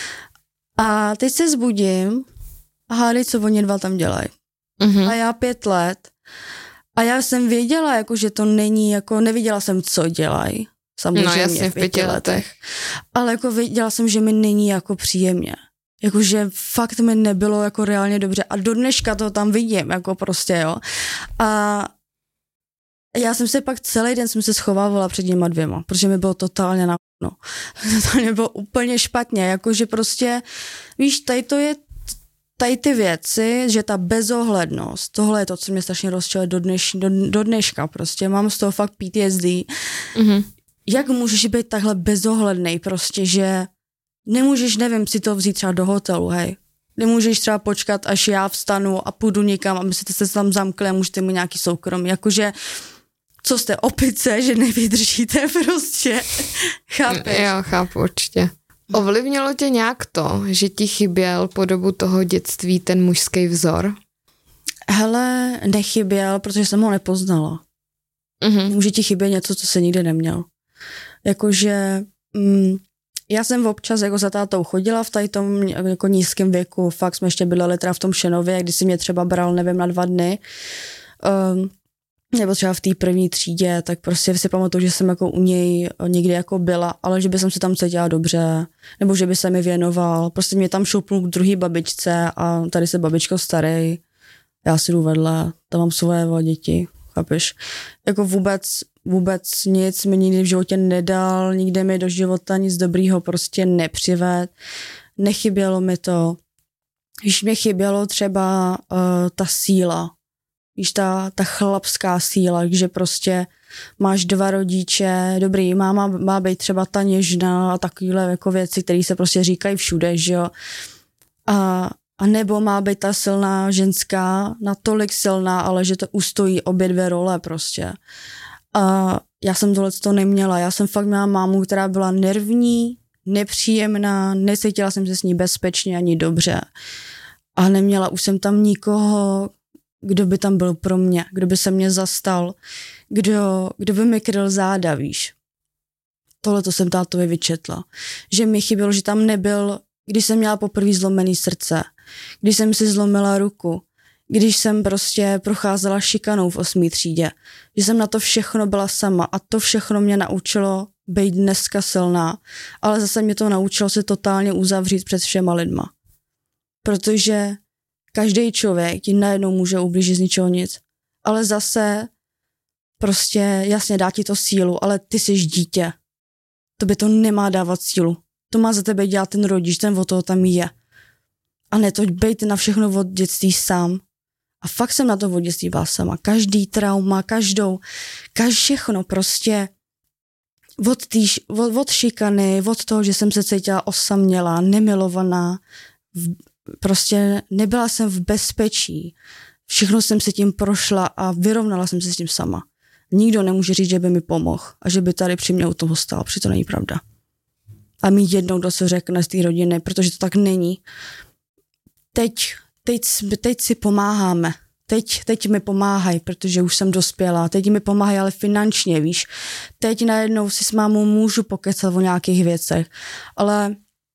Speaker 3: A teď se zbudím a hádej, co oni dva tam dělají. Mm-hmm. A já pět let a já jsem věděla, jako, že to není, jako neviděla jsem, co dělají. Samozřejmě no, jasně, v pěti letech. letech. Ale jako věděla jsem, že mi není jako příjemně. Jakože fakt mi nebylo jako reálně dobře. A do dneška to tam vidím, jako prostě, jo. A já jsem se pak celý den jsem se schovávala před něma dvěma, protože mi bylo totálně na no. Totálně bylo úplně špatně, jakože prostě, víš, tady to je tady ty věci, že ta bezohlednost, tohle je to, co mě strašně rozčiluje do, dneš, do, do dneška prostě, mám z toho fakt P T S D. Mm-hmm. Jak můžeš být takhle bezohlednej prostě, že nemůžeš, nevím, si to vzít třeba do hotelu, hej. Nemůžeš třeba počkat, až já vstanu a půjdu někam, aby se se tam zamkli a můžete mít nějaký soukromí. Jakože, co jste, opice, že nevydržíte prostě. Chápeš?
Speaker 2: Jo, chápu, určitě. Ovlivnilo tě nějak to, že ti chyběl po dobu toho dětství ten mužský vzor?
Speaker 3: Hele, nechyběl, protože jsem ho nepoznala. Mm-hmm. Může ti chybět něco, co se nikdy neměl. Jakože mm, já jsem občas jako za tátou chodila v tady tom jako nízkém věku, fakt jsme ještě bydleli teda v tom Šenově, kdy si mě třeba bral, nevím, na dva dny. Um, nebo třeba v té první třídě, tak prostě si pamatuju, že jsem jako u něj někdy jako byla, ale že by jsem se tam cítila dobře, nebo že by se mi věnoval. Prostě mě tam šoupnul k druhý babičce a tady se babičko starej, já si jdu vedle, tam mám svoje děti, chápeš? Jako vůbec, vůbec nic mi nikdy v životě nedal, nikdy mi do života nic dobrýho prostě nepřived, nechybělo mi to. Když mě chybělo třeba uh, ta síla, víš, ta, ta chlapská síla, že prostě máš dva rodiče, dobrý, máma má být třeba ta něžná a takovýhle jako věci, které se prostě říkají všude, že jo. A, a nebo má být ta silná ženská, natolik silná, ale že to ustojí obě dvě role prostě. A já jsem tohle to neměla, já jsem fakt měla mámu, která byla nervní, nepříjemná, necítila jsem se s ní bezpečně ani dobře. A neměla už jsem tam nikoho, kdo by tam byl pro mě, kdo by se mě zastal, kdo, kdo by mi kryl záda, víš. Tohle to jsem tátovi vyčetla. Že mi chybělo, že tam nebyl, když jsem měla poprvé zlomený srdce, když jsem si zlomila ruku, když jsem prostě procházela šikanou v osmý třídě, že jsem na to všechno byla sama a to všechno mě naučilo být dneska silná, ale zase mě to naučilo se totálně uzavřít před všema lidma. Protože každý člověk ti najednou může ublížit z ničeho nic, ale zase prostě jasně dá ti to sílu, ale ty jsi dítě. To by to nemá dávat sílu. To má za tebe dělat ten rodič, ten od toho tam je. A ne to být na všechno od dětství sám. A fakt jsem na to od dětství byla sama. Každý trauma, každou, každý všechno prostě od, týž, od, od šikany, od toho, že jsem se cítila osamělá, nemilovaná, v, prostě nebyla jsem v bezpečí. Všechno jsem se tím prošla a vyrovnala jsem se s tím sama. Nikdo nemůže říct, že by mi pomohl a že by tady při mě u toho stál, protože to není pravda. A mi jednou, kdo se řekne z té rodiny, protože to tak není. Teď, teď, teď si pomáháme. Teď, teď mi pomáhají, protože už jsem dospělá. Teď mi pomáhají, ale finančně, víš. Teď najednou si s mámou můžu pokecat o nějakých věcech. Ale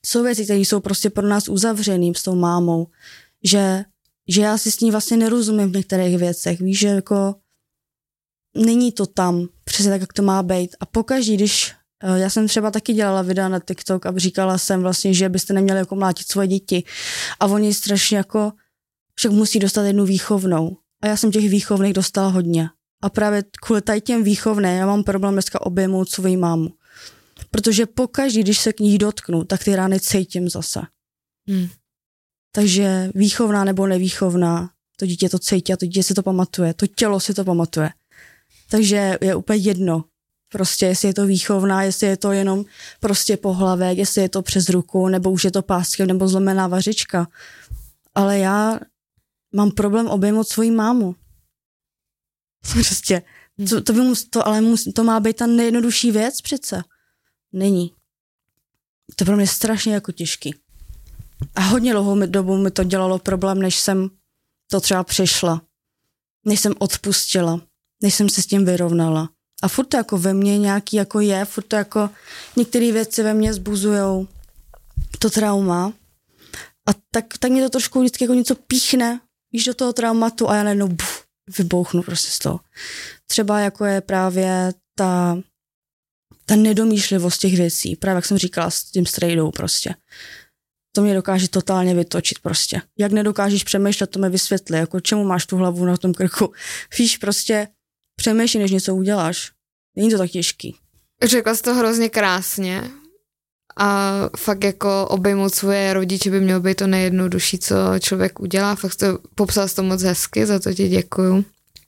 Speaker 3: jsou věci, které jsou prostě pro nás uzavřený s tou mámou, že, že já si s ní vlastně nerozumím v některých věcech, víš, že jako není to tam, přesně tak, jak to má být. A pokaždý, když já jsem třeba taky dělala videa na TikTok a říkala jsem vlastně, že byste neměli jako mlátit svoje děti. A oni strašně jako však musí dostat jednu výchovnou. A já jsem těch výchovných dostala hodně. A právě kvůli tady těm výchovné já mám problém dneska objmout svoji mámu. Protože pokaždý, když se k ní dotknu, tak ty rány cítím zase. Hmm. Takže výchovná nebo nevýchovná, to dítě to cítí a to dítě si to pamatuje. To tělo si to pamatuje. Takže je úplně jedno. Prostě jestli je to výchovná, jestli je to jenom prostě pohlavek, jestli je to přes ruku, nebo už je to páskem, nebo zlomená vařička. Ale já mám problém obejmout svoji mámu. Prostě. To, to, by mus, to, ale mus, to má být ta nejjednodušší věc přece. Není. To pro mě strašně jako těžký. A hodně dlouhou dobu mi to dělalo problém, než jsem to třeba přešla. Než jsem odpustila. Než jsem se s tím vyrovnala. A furt to jako ve mně nějaký jako je, furt to jako některé věci ve mně zbuzujou to trauma. A tak, tak mě to trošku vždycky jako něco píchne, víš, do toho traumatu a já najednou buf, vybouchnu prostě z toho. Třeba jako je právě ta, ta nedomýšlivost těch věcí, právě jak jsem říkala s tím strejdou prostě. To mě dokáže totálně vytočit prostě. Jak nedokážeš přemýšlet, to mi vysvětli, jako čemu máš tu hlavu na tom krku. Víš, prostě přemýšlej, než něco uděláš. Není to tak těžký.
Speaker 2: Řekla jsi to hrozně krásně a fakt jako obejmout svoje rodiče by mělo být to nejjednodušší, co člověk udělá. Fakt to popsal jsi to moc hezky, za to ti děkuju.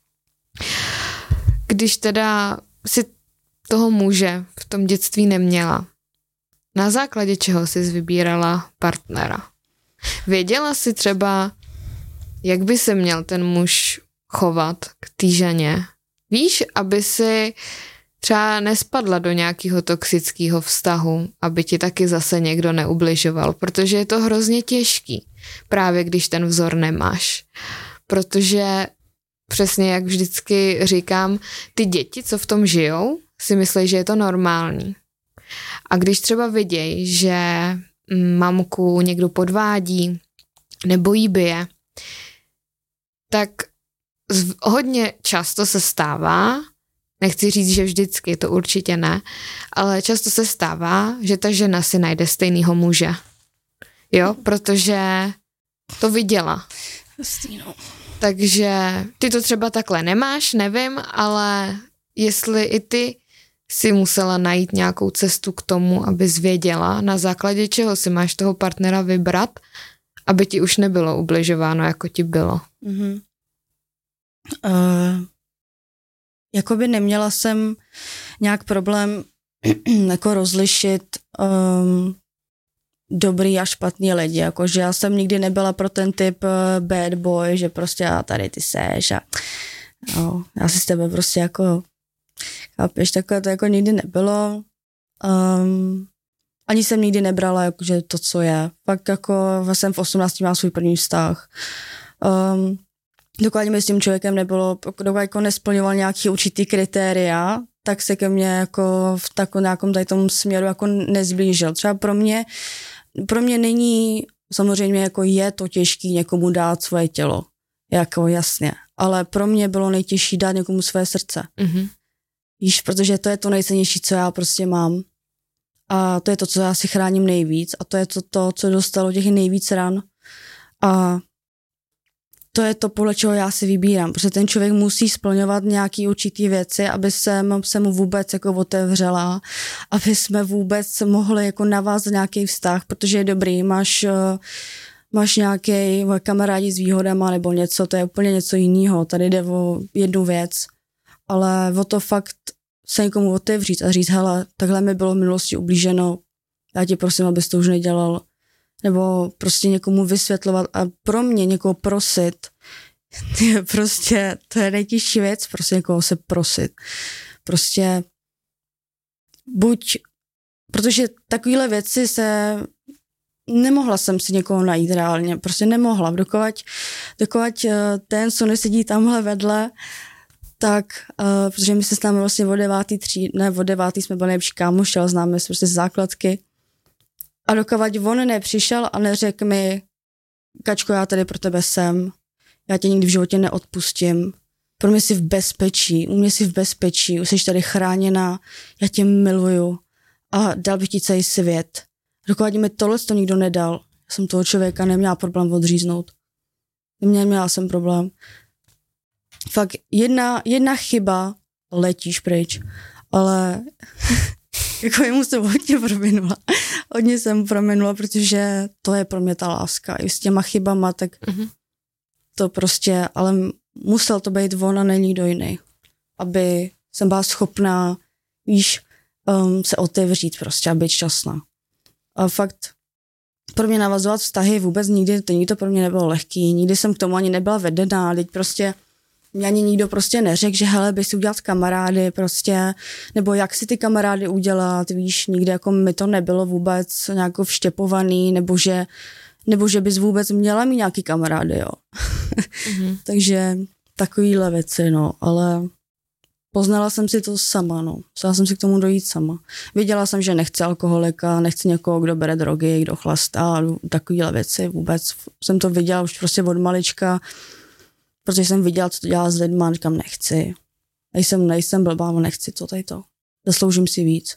Speaker 2: Když teda si toho muže v tom dětství neměla, na základě čeho jsi vybírala partnera? Věděla jsi třeba, jak by se měl ten muž chovat k té ženě? Víš, aby si třeba nespadla do nějakého toxického vztahu, aby ti taky zase někdo neubližoval, protože je to hrozně těžký, právě když ten vzor nemáš. Protože přesně jak vždycky říkám, ty děti, co v tom žijou, si myslí, že je to normální. A když třeba vidějí, že mamku někdo podvádí nebo jí bije, tak hodně často se stává, nechci říct, že vždycky, to určitě ne, ale často se stává, že ta žena si najde stejného muže. Jo, protože to viděla. Takže ty to třeba takhle nemáš, nevím, ale jestli i ty si musela najít nějakou cestu k tomu, aby zvěděla, na základě čeho si máš toho partnera vybrat, aby ti už nebylo ubližováno, jako ti bylo.
Speaker 3: Mhm. Uh, jakoby neměla jsem nějak problém jako rozlišit um, dobrý a špatný lidi, jakože já jsem nikdy nebyla pro ten typ uh, bad boy, že prostě a tady ty seš a no, já si s tebe prostě jako chápeš, takové to jako nikdy nebylo. Um, ani jsem nikdy nebrala jakože to, co je. Fakt jako jsem v osmnácti mám svůj první vztah. Um, dokud mi s tím člověkem nebylo, dokud jako nesplňoval nějaký určitý kritéria, tak se ke mně jako v takovém nějakom tady tom směru jako nezblížil. Třeba pro mě, pro mě není, samozřejmě jako je to těžký někomu dát svoje tělo, jako jasně, ale pro mě bylo nejtěžší dát někomu své srdce. Mm-hmm. Víš, protože to je to nejcennější, co já prostě mám. A to je to, co já si chráním nejvíc. A to je to, to co dostalo těch nejvíc ran. A to je to, podle čeho já si vybírám. Protože ten člověk musí splňovat nějaký určitý věci, aby se, se mu vůbec jako otevřela, aby jsme vůbec mohli jako navázat nějaký vztah, protože je dobrý, máš, máš nějaký kamarádi s výhodama nebo něco, to je úplně něco jiného. Tady jde o jednu věc. Ale o to fakt se někomu otevřít a říct, hele, takhle mi bylo v minulosti ublíženo, já ti prosím, abys to už nedělal. Nebo prostě někomu vysvětlovat a pro mě někoho prosit, je prostě, to je nejtěžší věc, prostě někoho se prosit. Prostě buď, protože takovéhle věci se, nemohla jsem si někoho najít reálně, prostě nemohla, dokud, dokud ten, co nesedí tamhle vedle, tak, uh, protože my se známe vlastně od devátý třídy, ne od devátý jsme byli nejlepší kámoši, ale známe se prostě z základky. A dokud on nepřišel a neřekl mi, Kačko, já tady pro tebe jsem, já tě nikdy v životě neodpustím, pro mě jsi v bezpečí, u mě jsi v bezpečí, už jsi tady chráněná, já tě miluju a dal bych ti celý svět. Dokud mi tohle to nikdo nedal, já jsem toho člověka neměla problém odříznout. Neměla jsem problém. Fakt jedna, jedna chyba, letíš pryč, ale jako jemu jsem hodně prominula. Hodně jsem prominula, protože to je pro mě ta láska. I s těma chybama, tak mm-hmm. to prostě, ale musel to být on a ne nikdo jiný. Aby jsem byla schopná, víš, um, se otevřít prostě a být šťastná. A fakt pro mě navazovat vztahy vůbec nikdy, to nikdy to pro mě nebylo lehký, nikdy jsem k tomu ani nebyla vedená, teď prostě mě ani nikdo prostě neřekl, že hele, bys si udělat kamarády prostě, nebo jak si ty kamarády udělat, víš, nikdy jako mi to nebylo vůbec nějak vštěpovaný, nebo že, nebo že bys vůbec měla mít nějaký kamarády, jo. Mm-hmm. Takže takovýhle věci, no, ale poznala jsem si to sama, no. Musela jsem si k tomu dojít sama. Věděla jsem, že nechci alkoholika, nechci někoho, kdo bere drogy, kdo chlastá, takovýhle věci, vůbec jsem to viděla už prostě od malička, protože jsem viděla, co to dělá s lidma, říkám, nechci. Nejsem, nejsem blbá, nechci to tady to. Zasloužím si víc.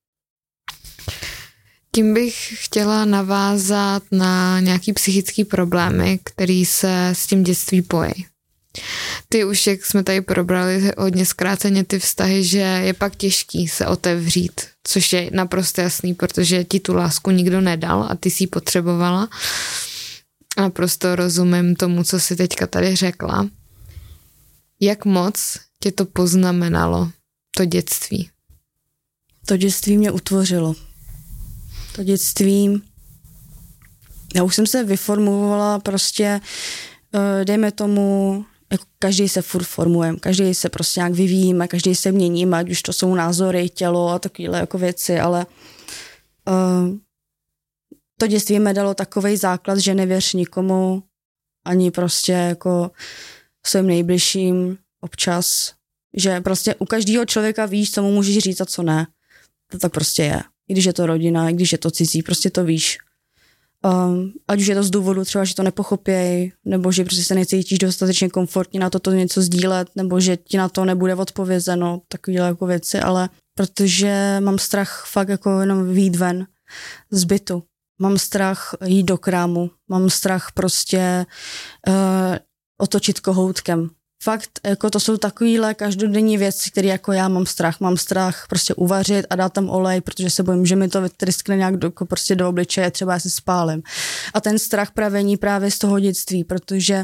Speaker 2: Tím bych chtěla navázat na nějaký psychický problémy, který se s tím dětství pojí. Ty už, jak jsme tady probrali hodně zkráceně ty vztahy, že je pak těžký se otevřít, což je naprosto jasný, protože ti tu lásku nikdo nedal a ty si ji potřebovala. A prosto rozumím tomu, co jsi teďka tady řekla. Jak moc tě to poznamenalo, to dětství?
Speaker 3: To dětství mě utvořilo. To dětství, já už jsem se vyformulovala prostě, dejme tomu, jako každý se furt formujeme, každý se prostě nějak vyvíjíme, každý se měníme, ať už to jsou názory, tělo a takovéhle jako věci, ale uh, to dětství mi dalo takovej základ, že nevěř nikomu, ani prostě jako svým nejbližším občas, že prostě u každého člověka víš, co mu můžeš říct a co ne. To tak prostě je. I když je to rodina, i když je to cizí, prostě to víš. Um, ať už je to z důvodu třeba, že to nepochopěj, nebo že prostě se necítíš dostatečně komfortně na to, to něco sdílet, nebo že ti na to nebude odpovězeno, takovéhle jako věci, ale protože mám strach fakt jako jenom vyjít ven z bytu. Mám strach jít do krámu, mám strach prostě uh, otočit kohoutkem. Fakt, jako to jsou takovýhle každodenní věci, které jako já mám strach. Mám strach prostě uvařit a dát tam olej, protože se bojím, že mi to vytryskne nějak do, prostě do obličeje, třeba já se spálím. A ten strach pramení právě z toho dětství, protože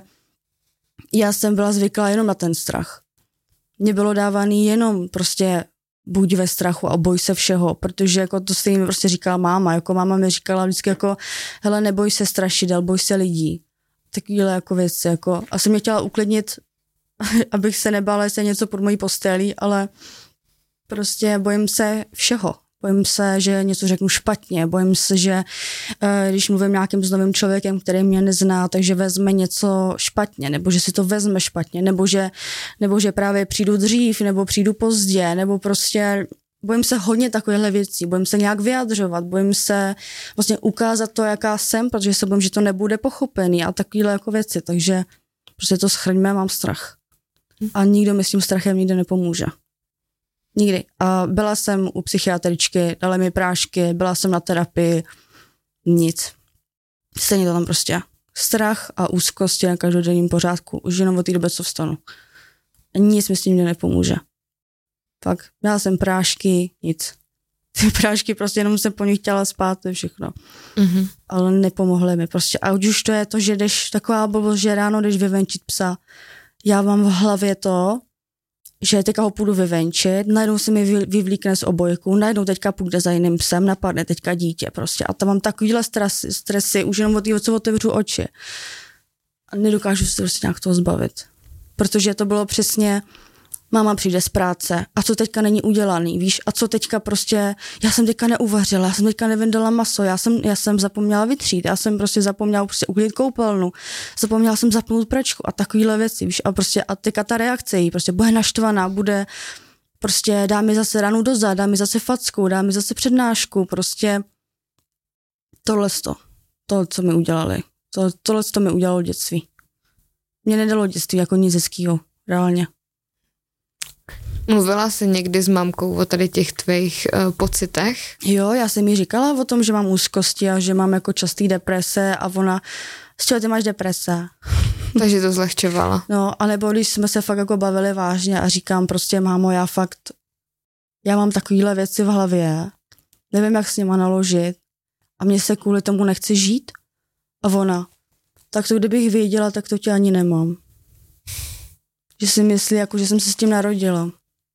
Speaker 3: já jsem byla zvyklá jenom na ten strach. Mně bylo dávaný jenom prostě buď ve strachu a boj se všeho, protože jako to stejně mi prostě říkala máma, jako máma mi říkala vždycky jako hele, neboj se strašidel, boj se lidí. Takovýhle jako věci, jako a jsem mě chtěla uklidnit, abych se nebála, jestli je něco pod mojí postelí, ale prostě bojím se všeho. Bojím se, že něco řeknu špatně, bojím se, že když mluvím nějakým s novým člověkem, který mě nezná, takže vezme něco špatně, nebo že si to vezme špatně, nebo že, nebo že právě přijdu dřív, nebo přijdu pozdě, nebo prostě bojím se hodně takovýchhle věcí, bojím se nějak vyjadřovat, bojím se vlastně ukázat to, jaká jsem, protože se bojím, že to nebude pochopený a takovýhle jako věci, takže prostě to schrňme, mám strach. A nikdo mi s tím strachem nikdy nepomůže. Nikdy. A byla jsem u psychiatričky, dala mi prášky, byla jsem na terapii, nic. Stejně to tam prostě. Strach a úzkost je na každodenním pořádku. Už jenom od té doby, co vstanu. A nic mi s tím nikdy nepomůže. Fakt. Dala jsem prášky, nic. Ty prášky prostě jenom jsem po nich chtěla spát, to je všechno. Mm-hmm. Ale nepomohly mi prostě. A už to je to, že jdeš, taková blbost, že ráno jdeš vyvenčit psa. Já mám v hlavě to, že teďka ho půjdu vyvenčit, najednou se mi vyvlíkne z obojku, najednou teďka půjde za jiným psem, napadne teďka dítě prostě. A tam mám takovýhle stresy, stresy už jenom od toho, co otevřu oči. A nedokážu se prostě nějak toho zbavit. Protože to bylo přesně, máma přijde z práce a co teďka není udělaný, víš, a co teďka prostě, já jsem teďka neuvařila, já jsem teďka nevyndala maso, já jsem, já jsem zapomněla vytřít, já jsem prostě zapomněla prostě uklidit koupelnu, zapomněla jsem zapnout pračku a takovýhle věci, víš, a prostě a teďka ta reakce jí, prostě bude naštvaná, bude prostě dá mi zase ranu do zad, dá mi zase facku, dá mi zase přednášku, prostě Tohle to, to, co mi udělali. To, tohle to mi udělalo dětství. Mě nedalo dětství jako nic hezkýho, reálně.
Speaker 2: Mluvila jsi někdy s mamkou o tady těch tvých uh, pocitech?
Speaker 3: Jo, já jsem jí říkala o tom, že mám úzkosti a že mám jako častý deprese a ona, z čeho ty máš deprese?
Speaker 2: Takže to zlehčovala.
Speaker 3: No, anebo když jsme se fakt jako bavili vážně a říkám prostě, mámo, já fakt, já mám takovýhle věci v hlavě, nevím, jak s nima naložit a mně se kvůli tomu nechci žít. A ona, tak to kdybych věděla, tak to tě ani nemám. Že si myslí, jako, že jsem se s tím narodila.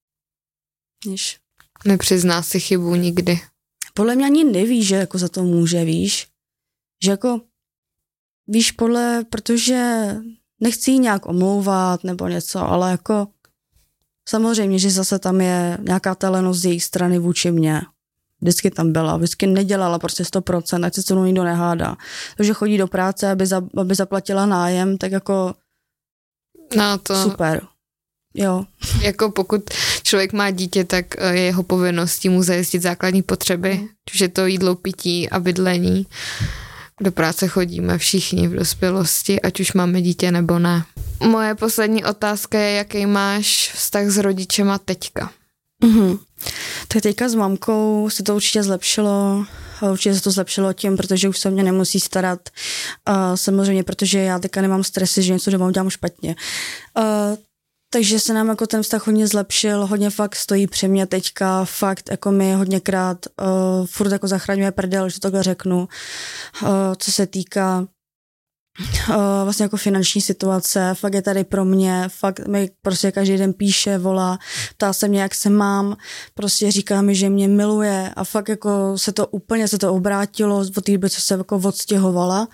Speaker 3: Víš.
Speaker 2: Nepřizná si chybu nikdy.
Speaker 3: Podle mě ani neví, že jako za to může, víš. Že jako, víš, podle, protože nechci jí nějak omlouvat nebo něco, ale jako samozřejmě, že zase tam je nějaká telenost z její strany vůči mně. Vždycky tam byla, vždycky nedělala prostě sto procent, ať se se mnou nikdo nehádá. Takže chodí do práce, aby, za, aby zaplatila nájem, tak jako
Speaker 2: no to...
Speaker 3: super. Jo.
Speaker 2: Jako pokud člověk má dítě, tak je jeho povinností mu zajistit základní potřeby, což je to jídlo, pití a bydlení. Do práce chodíme všichni v dospělosti, ať už máme dítě nebo ne. Moje poslední otázka je, jaký máš vztah s rodičema teďka?
Speaker 3: Mhm. Tak teďka s mamkou se to určitě zlepšilo. Určitě se to zlepšilo tím, protože už se mě nemusí starat. Uh, samozřejmě, protože já teďka nemám stresy, že něco doma udělám špatně. Uh, takže se nám jako ten vztah hodně zlepšil, hodně fakt stojí při mě teďka, fakt jako mi hodněkrát uh, furt jako zachraňuje prdel, že takhle řeknu, uh, co se týká Uh, vlastně jako finanční situace, fakt je tady pro mě, fakt mi prostě každý den píše, volá, ptá se mě, jak se mám, prostě říká mi, že mě miluje a fakt jako se to úplně se to obrátilo od té doby, co se jako odstěhovala.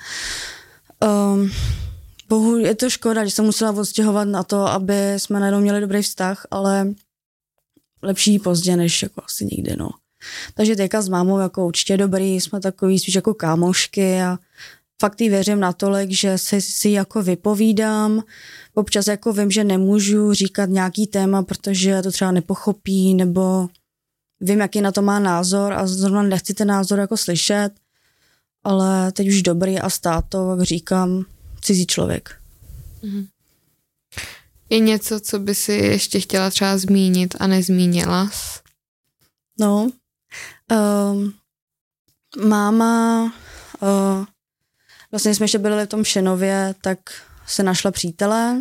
Speaker 3: Um, bohu, je to škoda, že jsem musela odstěhovat na to, aby jsme najednou měli dobrý vztah, ale lepší pozdě, než jako asi nikdy, no. Takže teďka s mámou jako určitě dobrý, jsme takový spíš jako kámošky a fakt jí věřím natolik, že si, si jako vypovídám. Občas jako vím, že nemůžu říkat nějaký téma, protože to třeba nepochopí, nebo vím, jaký na to má názor a zrovna nechci ten názor jako slyšet, ale teď už dobrý a s tátou, jak říkám, cizí člověk.
Speaker 2: Je něco, co by si ještě chtěla třeba zmínit a nezmínila?
Speaker 3: No, um, máma... Uh, Vlastně jsme ještě byli v tom Šenově, tak se našla přítele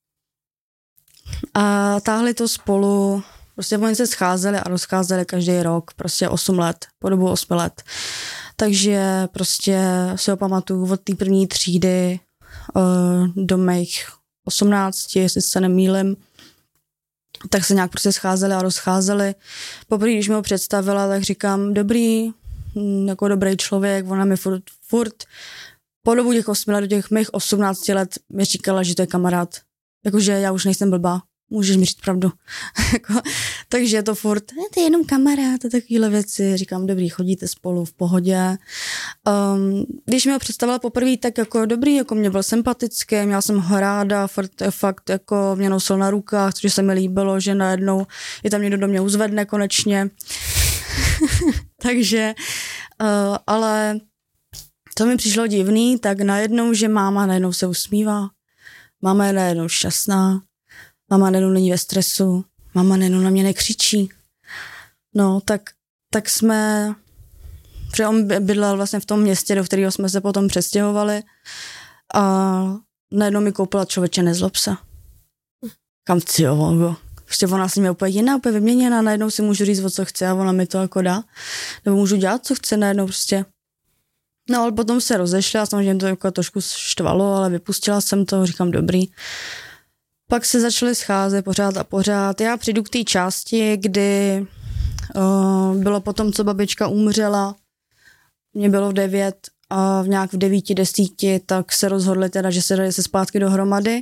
Speaker 3: a táhli to spolu, prostě oni se scházeli a rozcházeli každý rok, prostě osm let, po dobu osmi let. Takže prostě si ho pamatuju od té první třídy uh, do mých osmnácti, jestli se nemýlim, tak se nějak prostě scházeli a rozcházeli. Poprvé, když mi ho představila, tak říkám, dobrý, jako dobrý člověk, ona mi furt, furt po dobu těch osmi let, do těch mých osmnácti let mi říkala, že to je kamarád. Jakože já už nejsem blbá, můžeš mi říct pravdu. Takže je to furt, to je jenom kamarád a takovéhle věci. Říkám, dobrý, chodíte spolu v pohodě. Um, když mi ho představila poprvé, tak jako dobrý, jako mě byl sympatický, měla jsem ho ráda, fakt, fakt jako mě nosil na rukách, což se mi líbilo, že najednou je tam někdo do mě uzvedne konečně. Takže, uh, ale to mi přišlo divný, tak najednou, že máma najednou se usmívá, máma je najednou šťastná, máma najednou není ve stresu, máma najednou na mě nekřičí. No, tak, tak jsme, protože on bydlel vlastně v tom městě, do kterého jsme se potom přestěhovali a najednou mi koupila člověče, nezlob se. Kam ty jo, prostě ona si mě úplně jiná, úplně vyměněná, najednou si můžu říct, o co chce a ona mi to jako dá. Nebo můžu dělat, co chce najednou prostě. No, ale potom se rozešla, samozřejmě to jako trošku štvalo, ale vypustila jsem to, říkám dobrý. Pak se začaly scházet pořád a pořád. Já přijdu k té části, kdy uh, bylo potom, co babička umřela, mě bylo v devět a v nějak v devíti, desíti, tak se rozhodli teda, že se dali se zpátky dohromady.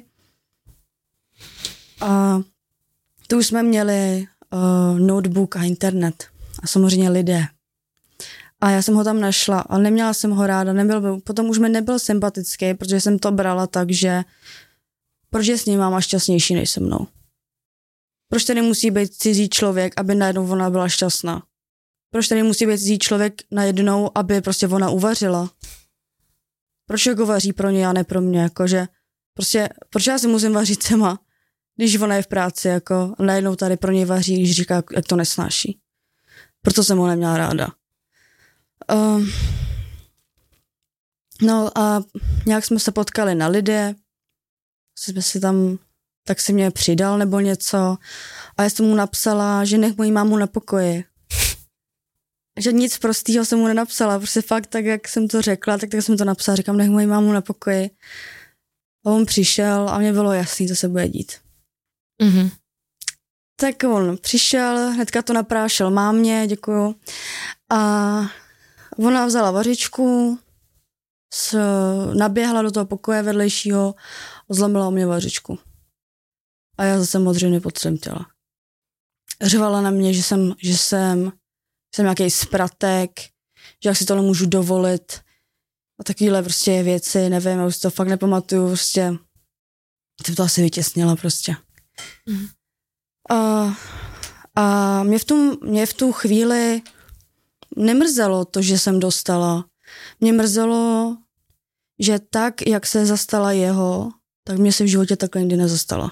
Speaker 3: A tu už jsme měli uh, notebook a internet a samozřejmě lidé. A já jsem ho tam našla a neměla jsem ho ráda, nebyl, potom už mi nebyl sympatický, protože jsem to brala tak, že proč je s ním máma šťastnější než se mnou. Proč tady musí být cizí člověk, aby najednou ona byla šťastná. Proč tady musí být cizí člověk najednou, aby prostě ona uvařila? Proč jako vaří pro ně a ne pro mě, jakože prostě, proč já si musím vařit sama, když ona je v práci, jako a najednou tady pro něj vaří, když říká, jak to nesnáší. Proto jsem ho neměla ráda. Um, no a nějak jsme se potkali na Lidě, jsme si tam, tak si mě přidal nebo něco a já jsem mu napsala, že nech moji mámu na pokoji. Že nic prostýho jsem mu nenapsala, prostě fakt tak, jak jsem to řekla, tak, tak jsem to napsala, říkám, nech moji mámu na pokoji. A on přišel a mně bylo jasný, co se bude dít.
Speaker 2: Mm-hmm.
Speaker 3: Tak on přišel, hnedka to naprášel mámě, děkuju. A ona vzala vařičku, s, naběhla do toho pokoje vedlejšího, zlomila o mě vařičku. A já zase modře nepodřemtěla. Řvala na mě, že jsem, že jsem, jsem nějaký spratek, že jak si to nemůžu dovolit. A takovýhle prostě věci, nevím, já už to fakt nepamatuju, prostě jsem to asi vytěsnila prostě. Mm. A, a mě, v tom, mě v tu chvíli nemrzelo to, že jsem dostala. Mě mrzelo, že tak, jak se zastala jeho, tak mě se v životě takhle nikdy nezastala.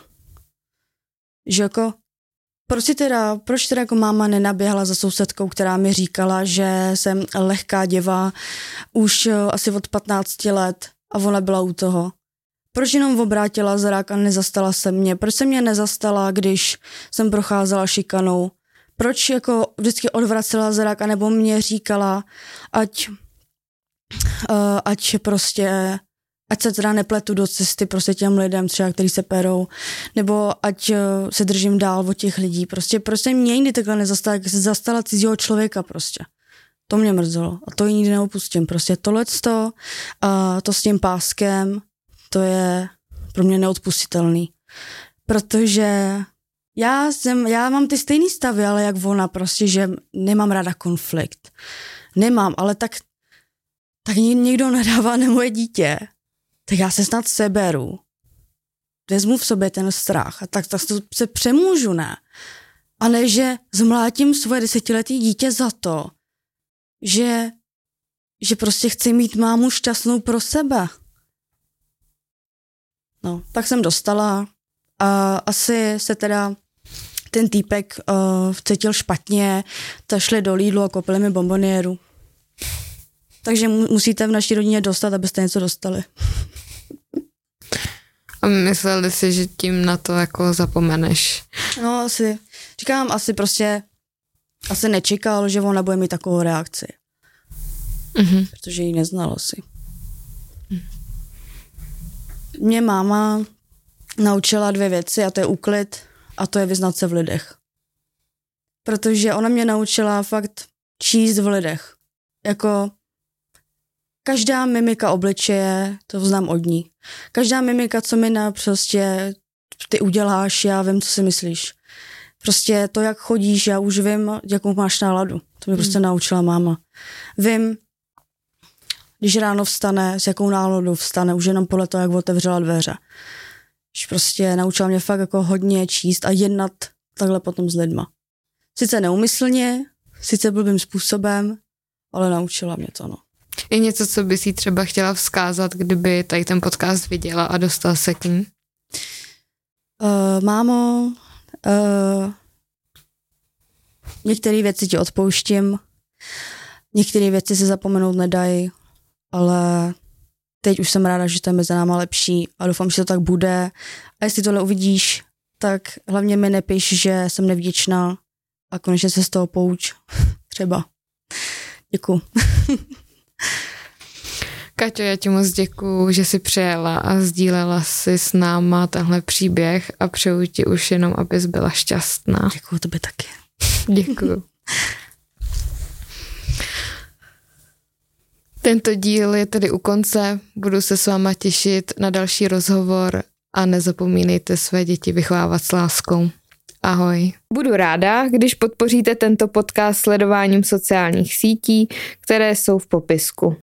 Speaker 3: Že jako, proč teda, proč teda jako máma nenaběhla za sousedkou, která mi říkala, že jsem lehká děva už asi od patnácti let a ona byla u toho. Proč jenom obrátila zrak a nezastala se mě? Proč se mě nezastala, když jsem procházela šikanou? Proč jako vždycky odvracela zrak a nebo mě říkala, ať, uh, ať prostě, ať se teda nepletu do cesty prostě těm lidem třeba, který se perou, nebo ať uh, se držím dál od těch lidí. Prostě, prostě mě nikdy takhle nezastala, jak se zastala cizího člověka prostě. To mě mrzelo a to ji nikdy neopustím. Prostě tohleto a to s tím páskem, to je pro mě neodpustitelný. Protože já jsem, já mám ty stejný stavy, ale jak ona prostě, že nemám ráda konflikt. Nemám, ale tak, tak někdo nadává na moje dítě, tak já se snad seberu. Vezmu v sobě ten strach a tak, tak se přemůžu, ne? A ne, že zmlátím svoje desetiletý dítě za to, že, že prostě chci mít mámu šťastnou pro sebe. No, tak jsem dostala a asi se teda ten týpek uh, cítil špatně, tak šli do Lidlu a koupili mi bombonieru. Takže mu, musíte v naší rodině dostat, abyste něco dostali.
Speaker 2: A mysleli si, že tím na to jako zapomeneš?
Speaker 3: No asi, říkám, asi prostě, asi nečekal, že ona bude mít takovou reakci. Mm-hmm. Protože ji neznal asi. Mě máma naučila dvě věci a to je úklid a to je vyznat se v lidech. Protože ona mě naučila fakt číst v lidech. Jako každá mimika obličeje, to znám od ní. Každá mimika, co mi na prostě ty uděláš, já vím, co si myslíš. Prostě to, jak chodíš, já už vím, jakou máš náladu. To mě hmm. prostě naučila máma. Vím, když ráno vstane, s jakou náladou vstane, už jenom podle toho, jak otevřela dveře. Když prostě naučila mě fakt jako hodně číst a jednat takhle potom s lidma. Sice neumyslně, sice blbým způsobem, ale naučila mě to, no.
Speaker 2: Je něco, co bys jí třeba chtěla vzkázat, kdyby tady ten podcast viděla a dostal se k ní?
Speaker 3: Uh, mámo, uh, některé věci ti odpouštím, některé věci se zapomenout nedají, ale teď už jsem ráda, že to je mezi náma lepší a doufám, že to tak bude. A jestli tohle uvidíš, tak hlavně mi nepiš, že jsem nevděčná a konečně se z toho pouč. Třeba. Děkuju.
Speaker 2: Kaťo, já ti moc děkuju, že jsi přijela a sdílela si s náma tenhle příběh a přeju ti už jenom, abys byla šťastná.
Speaker 3: Děkuju tobě taky.
Speaker 2: Děkuju. Tento díl je tedy u konce, budu se s váma těšit na další rozhovor a nezapomínejte své děti vychovávat s láskou. Ahoj. Budu ráda, když podpoříte tento podcast sledováním sociálních sítí, které jsou v popisku.